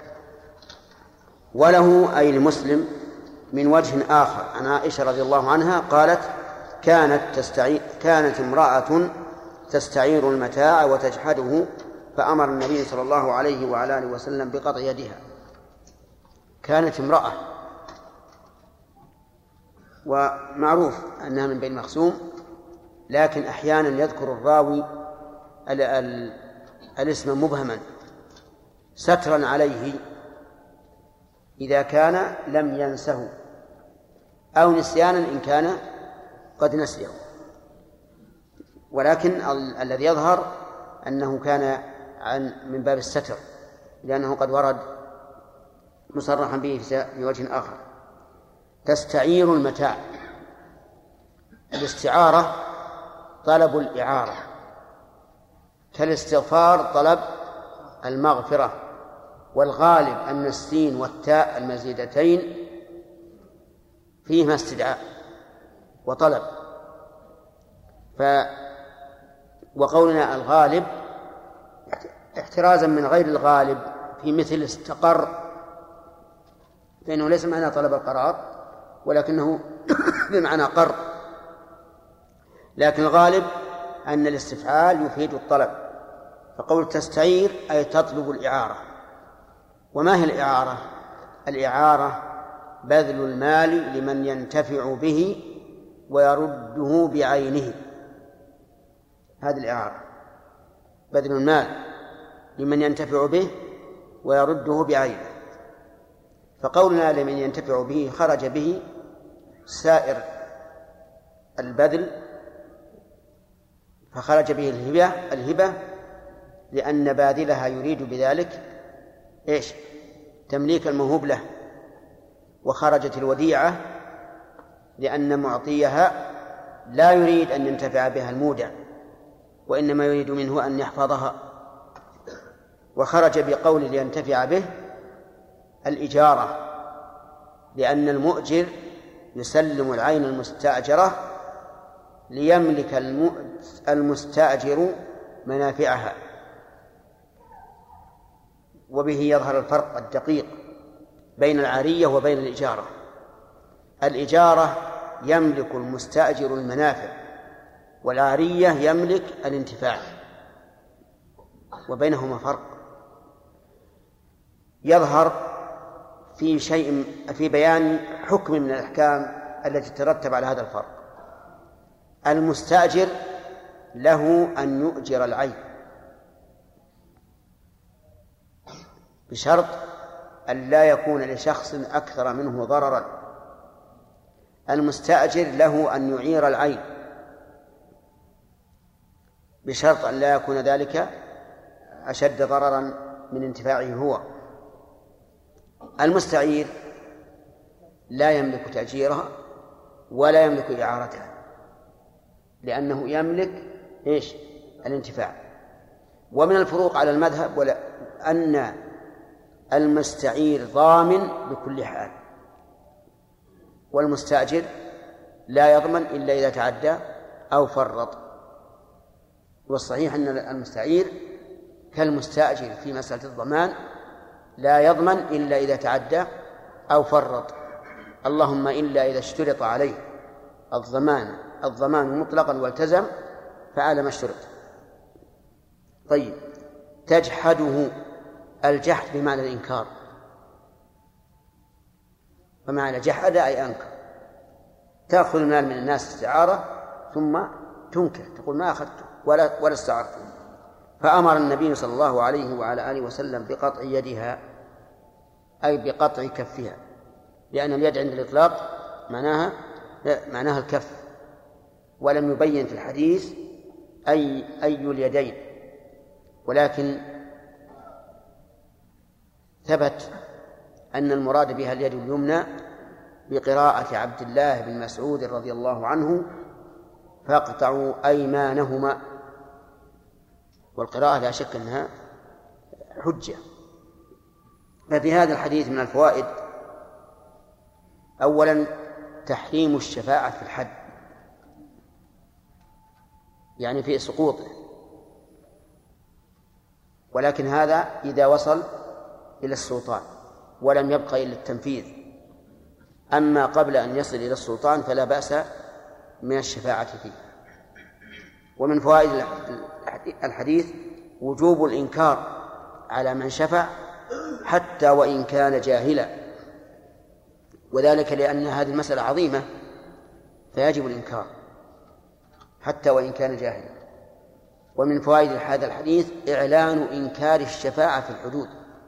وله أي المسلم من وجه آخر عن عائشة رضي الله عنها قالت كانت تستعير كانت امرأة تستعير المتاع وتجحده فأمر النبي صلى الله عليه وعلى آله وسلم بقطع يدها. كانت امرأة، ومعروف أنها من بين مخزوم، لكن أحيانا يذكر الراوي ال ال الاسم مبهما سترا عليه إذا كان لم ينسه أو نسيانا إن كان قد نسيه، ولكن ال الذي يظهر أنه كان عن من باب الستر، لأنه قد ورد مصرحا به في وجه آخر. تستعير المتاع، الاستعارة طلب الإعارة، كالاستغفار طلب المغفرة، والغالب أن السين والتاء المزيدتين فيهما استدعاء وطلب. ف وقولنا الغالب احترازا من غير الغالب في مثل استقر، فإنه ليس معنى طلب القرار ولكنه بمعنى قر، لكن الغالب أن الاستفعال يفيد الطلب. فقول تستعير أي تطلب الإعارة. وما هي الإعارة؟ الإعارة بذل المال لمن ينتفع به ويرده بعينه، هذه الإعارة، بذل المال لمن ينتفع به ويرده بعينه. فقولنا لمن ينتفع به خرج به سائر البذل فخرج به الهبة الهبة لأن باذلها يريد بذلك إيش؟ تمليك الموهوب له. وخرجت الوديعة لأن معطيها لا يريد أن ينتفع بها المودع، وإنما يريد منه أن يحفظها. وخرج بقول لينتفع به الإجارة، لأن المؤجر يسلم العين المستأجرة ليملك المستأجر منافعها. وبه يظهر الفرق الدقيق بين العارية وبين الإجارة. الإجارة يملك المستأجر المنافع، والعارية يملك الانتفاع، وبينهما فرق يظهر في شيء في بيان حكم من الأحكام التي تترتب على هذا الفرق. المستأجر له أن يؤجر العين بشرط أن لا يكون لشخص أكثر منه ضررا. المستأجر له أن يعير العين بشرط أن لا يكون ذلك أشد ضررا من انتفاعه هو. المستعير لا يملك تأجيرها ولا يملك إعارتها، لأنه يملك إيش؟ الانتفاع. ومن الفروق على المذهب ولا أن المستعير ضامن بكل حال، والمستأجر لا يضمن إلا إذا تعدى أو فرط. والصحيح أن المستعير كالمستأجر في مسألة الضمان، لا يضمن إلا إذا تعدى أو فرط، اللهم إلا إذا اشترط عليه الضمان الضمان مطلقا والتزم فعلى ما اشترط. طيب، تجحده، الجحد بمعنى الإنكار، فمعنى جحد أي أنكر. تأخذ المال من الناس استعارة ثم تنكر، تقول ما أخذته ولا ولا استعرته. فأمر النبي صلى الله عليه وعلى آله وسلم بقطع يدها، أي بقطع كفها، لأن اليد عند الإطلاق معناها معناها الكف، ولم يبين في الحديث أي أي اليدين، ولكن ثبت أن المراد بها اليد اليمنى بقراءة عبد الله بن مسعود رضي الله عنه فاقطعوا أيمانهما، والقراءة لا شك أنها حجة. ففي هذا الحديث من الفوائد: أولا تحريم الشفاعة في الحد، يعني في سقوطه، ولكن هذا إذا وصل إلى السلطان ولم يبقى إلا التنفيذ. أما قبل أن يصل إلى السلطان فلا بأس من الشفاعة فيه. ومن فوائد الحديث وجوب الإنكار على من شفع حتى وإن كان جاهلا، وذلك لأن هذه المسألة عظيمة فيجب الإنكار حتى وإن كان جاهلا. ومن فوائد هذا الحديث إعلان إنكار الشفاعة في الحدود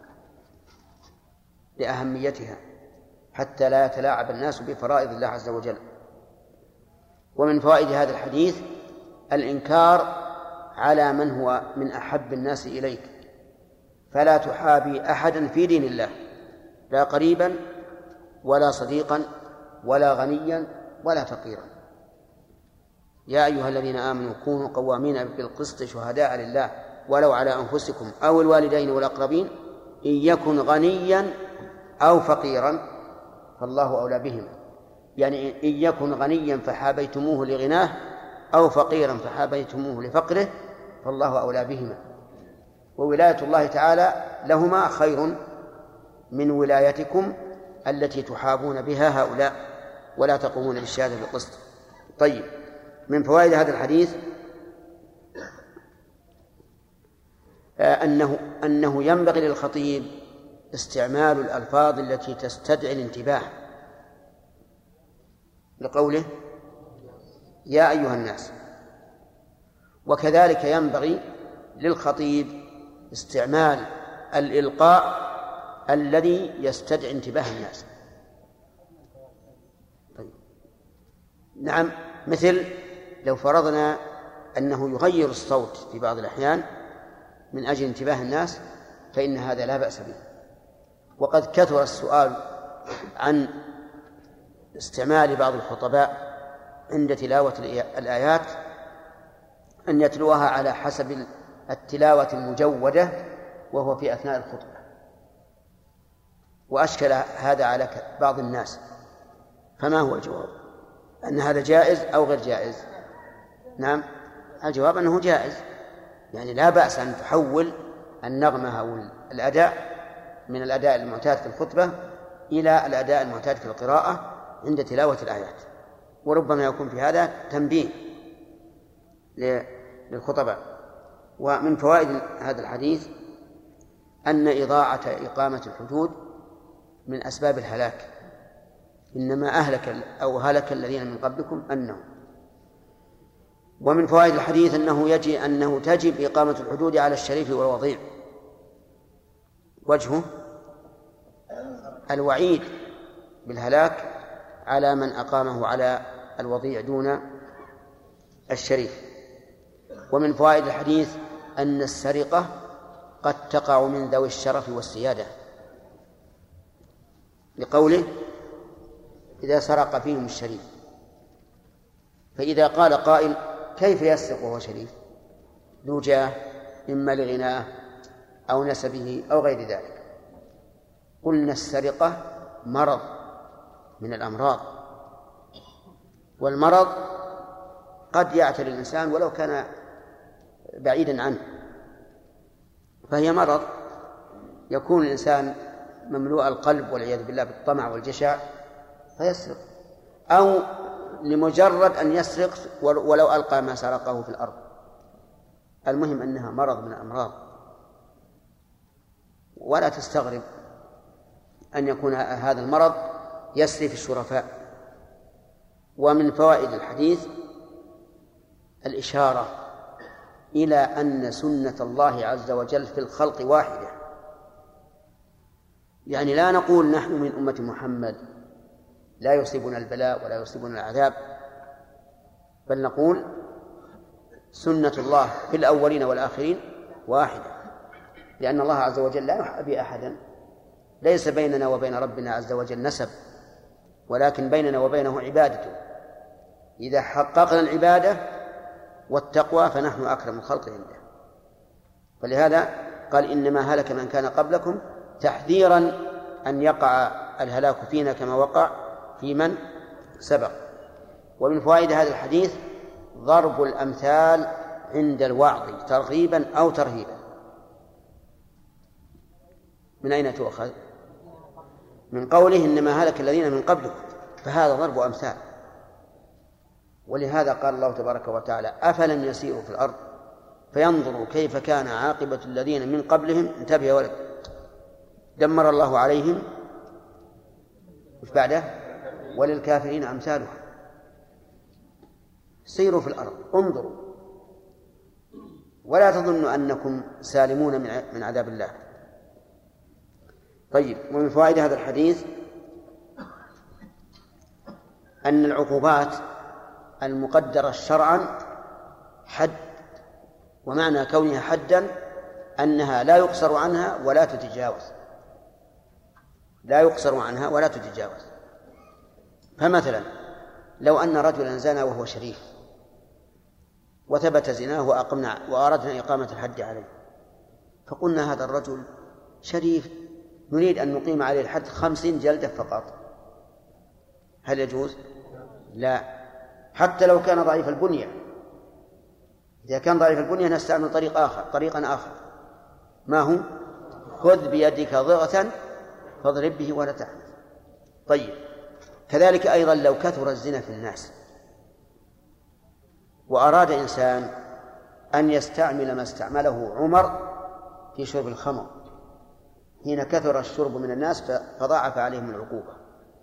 لأهميتها حتى لا يتلاعب الناس بفرائض الله عز وجل. ومن فوائد هذا الحديث الإنكار على من هو من أحب الناس إليك، فلا تحابي أحدا في دين الله، لا قريبا ولا صديقا ولا غنيا ولا فقيرا. يا أيها الذين آمنوا كونوا قوامين بالقسط شهداء لله ولو على أنفسكم أو الوالدين والأقربين إن يكن غنيا أو فقيرا فالله أولى بهما، يعني إن يكن غنيا فحابيتموه لغناه أو فقيرا فحابيتموه لفقره فالله أولى بهما. وولاية الله تعالى لهما خير من ولايتكم التي تحابون بها هؤلاء ولا تقومون بالشهادة بالقسط. طيب، من فوائد هذا الحديث أنه أنه ينبغي للخطيب استعمال الألفاظ التي تستدعي الانتباه، لقوله يا أيها الناس. وكذلك ينبغي للخطيب استعمال الإلقاء الذي يستدعي انتباه الناس. طيب. نعم، مثل لو فرضنا أنه يغير الصوت في بعض الأحيان من أجل انتباه الناس فإن هذا لا بأس به. وقد كثر السؤال عن استعمال بعض الخطباء عند تلاوة الآيات أن يتلوها على حسب التلاوة المجودة وهو في أثناء الخطبة، وأشكل هذا على بعض الناس. فما هو الجواب؟ أن هذا جائز أو غير جائز؟ نعم، الجواب أنه جائز، يعني لا بأس أن تحول النغمة أو الأداء من الأداء المعتاد في الخطبة إلى الأداء المعتاد في القراءة عند تلاوة الآيات. وربما يكون في هذا تنبيه للخطباء. ومن فوائد هذا الحديث أن إضاعة إقامة الحدود من أسباب الهلاك، إنما أهلك أو هلك الذين من قبلكم أنهم. ومن فوائد الحديث أنه يجب أنه تجب إقامة الحدود على الشريف والوضيع. وجهه الوعيد بالهلاك على من أقامه على الوضيع دون الشريف. ومن فوائد الحديث أن السرقة قد تقع من ذوي الشرف والسيادة، لقوله إذا سرق فيهم الشريف. فإذا قال قائل كيف يسرق وهو شريف ذو جاه إما لغناه أو نسبه أو غير ذلك، قلنا السرقة مرض من الأمراض، والمرض قد يعتري الإنسان ولو كان بعيدا عنه، فهي مرض. يكون الإنسان مملوء القلب والعياذ بالله بالطمع والجشع فيسرق، أو لمجرد أن يسرق ولو ألقى ما سرقه في الأرض. المهم أنها مرض من الأمراض، ولا تستغرب أن يكون هذا المرض يسري في الشرفاء. ومن فوائد الحديث الإشارة إلى أن سنة الله عز وجل في الخلق واحدة، يعني لا نقول نحن من أمة محمد لا يصيبنا البلاء ولا يصيبنا العذاب، بل نقول سنة الله في الأولين والآخرين واحدة، لأن الله عز وجل لا يحابي أحدا، ليس بيننا وبين ربنا عز وجل نسب، ولكن بيننا وبينه عبادته. إذا حققنا العبادة والتقوى فنحن أكرم الخلق عنده. فلهذا قال إنما هلك من كان قبلكم، تحذيرا أن يقع الهلاك فينا كما وقع في من سبق. ومن فوائد هذا الحديث ضرب الأمثال عند الوعظ ترغيبا أو ترهيبا. من أين تؤخذ؟ من قوله إنما هلك الذين من قبلكم، فهذا ضرب أمثال. ولهذا قال الله تبارك وتعالى أفلم يسيروا في الأرض فينظروا كيف كان عاقبة الذين من قبلهم. انتبه يا ولد، دمر الله عليهم وش بعده؟ وللكافرين أمثالها. سيروا في الأرض، انظروا، ولا تظنوا أنكم سالمون من عذاب الله. طيب، ومن فوائد هذا الحديث أن العقوبات المقدرة شرعا حد، ومعنى كونها حدا أنها لا يقصر عنها ولا تتجاوز، لا يقصر عنها ولا تتجاوز. فمثلا لو أن رجلا زنى وهو شريف وثبت زناه وأقمنا وأردنا إقامة الحد عليه، فقلنا هذا الرجل شريف نريد أن نقيم عليه الحد خمسين جلدة فقط، هل يجوز؟ لا، حتى لو كان ضعيف البنية. إذا كان ضعيف البنية نستعمل طريق آخر طريقا آخر، ما هو؟ خذ بيدك ضغطا فاضرب به ولا تحنث. طيب، كذلك أيضا لو كثر الزنا في الناس وأراد إنسان أن يستعمل ما استعمله عمر في شرب الخمر حين كثر الشرب من الناس فضاعف عليهم العقوبة،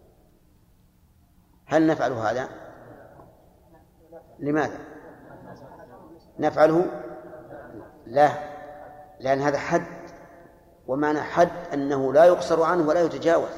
هل نفعل هذا؟ لماذا نفعله؟ لا، لأن هذا حد، ومعنى حد أنه لا يقصر عنه ولا يتجاوز.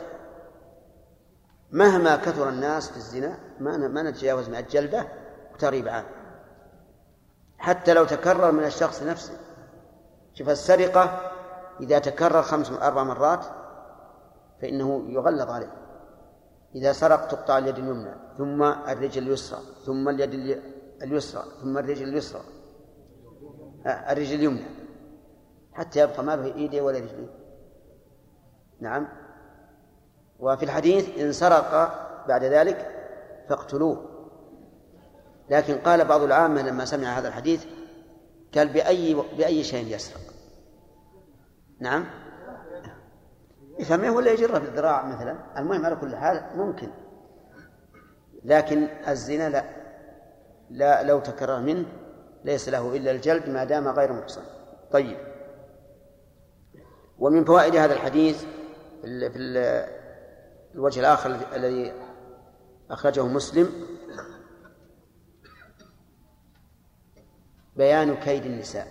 مهما كثر الناس في الزنا ما نتجاوز مئة جلدة وتغريب عنه. حتى لو تكرر من الشخص نفسه. شوف السرقة إذا تكرر خمس أربع مرات فإنه يغلظ عليه. إذا سرق تقطع اليد اليمنى ثم الرجل اليسرى ثم اليد اليسرى ثم الرجل اليسرى الرجل اليمنى حتى يبقى ما به إيديه ولا رجليه. نعم. وفي الحديث إن سرق بعد ذلك فاقتلوه. لكن قال بعض العامة لما سمع هذا الحديث قال بأي بأي شيء يسرق. نعم يفهمه ولا يجره بالذراع مثلا. المهم على كل حال ممكن، لكن الزنا لا, لا لو تكرر منه ليس له إلا الجلد ما دام غير محصن. طيب. ومن فوائد هذا الحديث في الوجه الآخر الذي أخرجه مسلم بيان كيد النساء.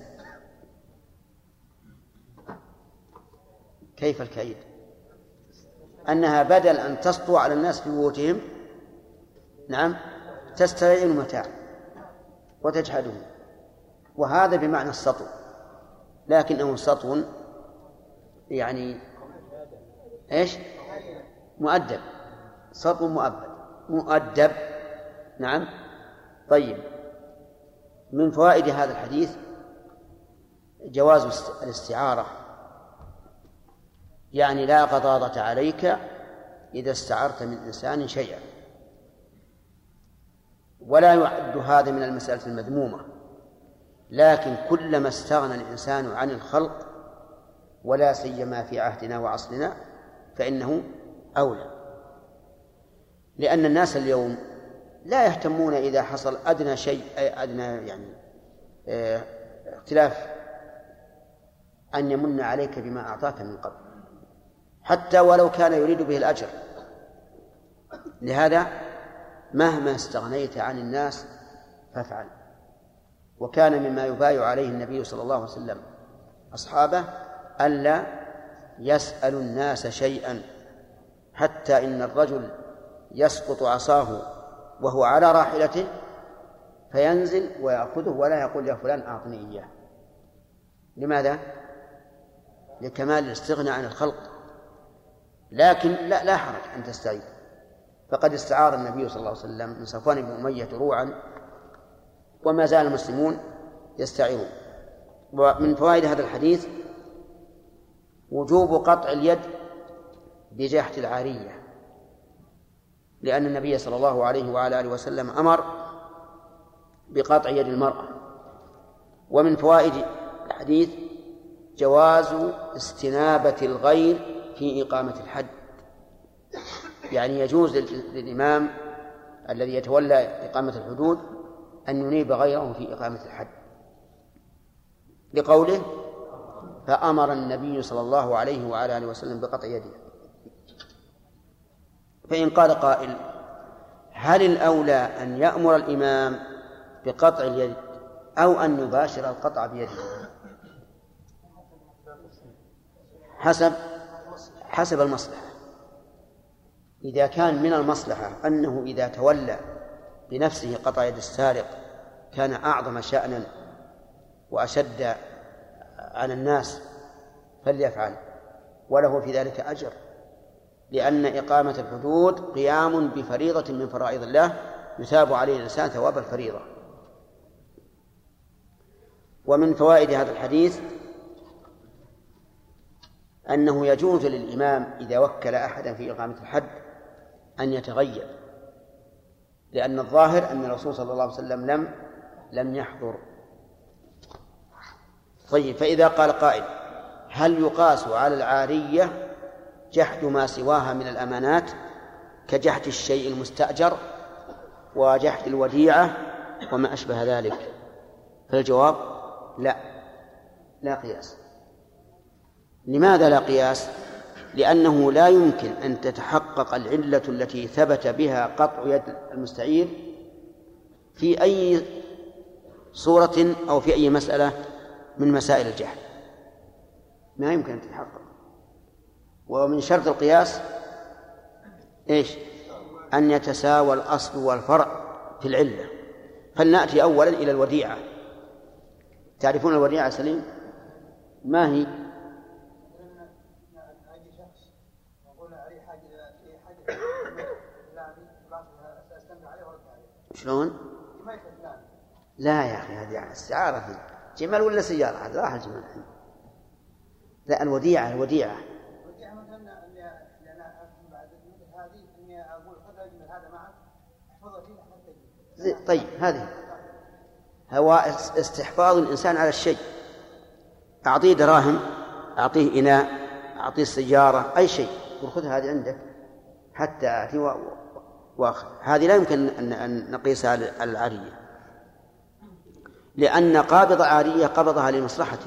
كيف الكيد؟ أنها بدل أن تسطو على الناس في بيوتهم نعم تسترعي المتاع وتجحده، وهذا بمعنى السطو، لكنه سطو يعني إيش؟ مؤدب. سطو مؤدب مؤدب. نعم. طيب. من فوائد هذا الحديث جواز الاستعارة، يعني لا غضاضة عليك إذا استعرت من إنسان شيئا، ولا يعد هذا من المسألة المذمومة، لكن كلما استغنى الإنسان عن الخلق ولا سيما في عهدنا وعصرنا فإنه أولى، لأن الناس اليوم لا يهتمون إذا حصل أدنى شيء أدنى يعني اه اختلاف أن يمن عليك بما أعطاك من قبل، حتى ولو كان يريد به الأجر. لهذا مهما استغنيت عن الناس فافعل. وكان مما يبايع عليه النبي صلى الله عليه وسلم أصحابه ألا يسأل الناس شيئا، حتى إن الرجل يسقط عصاه وهو على راحلته فينزل ويأخذه ولا يقول يا فلان أعطني إياه. لماذا؟ لكمال الاستغناء عن الخلق. لكن لا, لا حرج أن تستعيد. فقد استعار النبي صلى الله عليه وسلم من صفوان بن أمية دروعا وما زال المسلمون يستعيرون. ومن فوائد هذا الحديث وجوب قطع اليد بجحد العارية، لأن النبي صلى الله عليه وعلى آله وسلم أمر بقطع يد المرأة. ومن فوائد الحديث جواز استنابة الغير في إقامة الحد، يعني يجوز للإمام الذي يتولى إقامة الحدود أن ينيب غيره في إقامة الحد، لقوله فأمر النبي صلى الله عليه وعلى آله وسلم بقطع يده. فإن قال قائل هل الأولى أن يأمر الإمام بقطع اليد أو أن يباشر القطع بيده؟ حسب حسب المصلحة. إذا كان من المصلحة أنه إذا تولى بنفسه قطع يد السارق كان أعظم شأنا وأشد على الناس فليفعل، وله في ذلك أجر، لأن إقامة الحدود قيام بفريضة من فرائض الله يثاب عليه الإنسان ثواب الفريضة. ومن فوائد هذا الحديث أنه يجوز للإمام إذا وكل أحدا في إقامة الحد أن يتغير، لأن الظاهر أن الرسول صلى الله عليه وسلم لم لم يحضر. طيب. فإذا قال قائل هل يقاس على العارية جحد ما سواها من الأمانات كجحد الشيء المستأجر وجحد الوديعة وما أشبه ذلك؟ فالجواب لا، لا قياس. لماذا لا قياس؟ لأنه لا يمكن أن تتحقق العلة التي ثبت بها قطع يد المستعير في أي صورة أو في أي مسألة من مسائل الجحد، ما يمكن أن تتحقق. ومن شرط القياس إيش؟ أن يتساوى الأصل والفرع في العلة. فلنأتي أولا إلى الوديعة. تعرفون الوديعة سليم؟ ما هي؟ شلون؟ لا يا أخي هذه استعارة في جمال ولا سيارة؟ هذا راح الجمال الحين. لا الوديعة الوديعة
الوديعة مثلا أني أنا بعد هذه إني أقول خذ الجمل هذا معك احفظه فيه حتى.
طيب هذه هو استحفاظ الإنسان على الشيء. أعطيه دراهم، أعطيه إناء، أعطيه سيارة، أي شيء، وخذ هذه عندك حتى آتي وآخر. هذه لا يمكن أن نقيسها على العارية، لأن قابض عارية قبضها لمصلحته،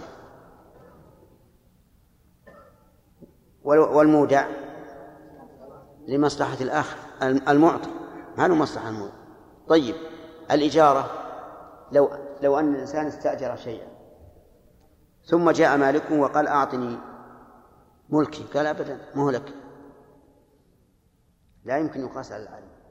والمودع لمصلحة الآخر المعطي، ما له مصلحة المودع. طيب الإجارة، لو لو أن الإنسان استأجر شيئا ثم جاء مالكه وقال أعطني ملكي، قال أبدا مهلك، لا يمكن يقاس على العالم.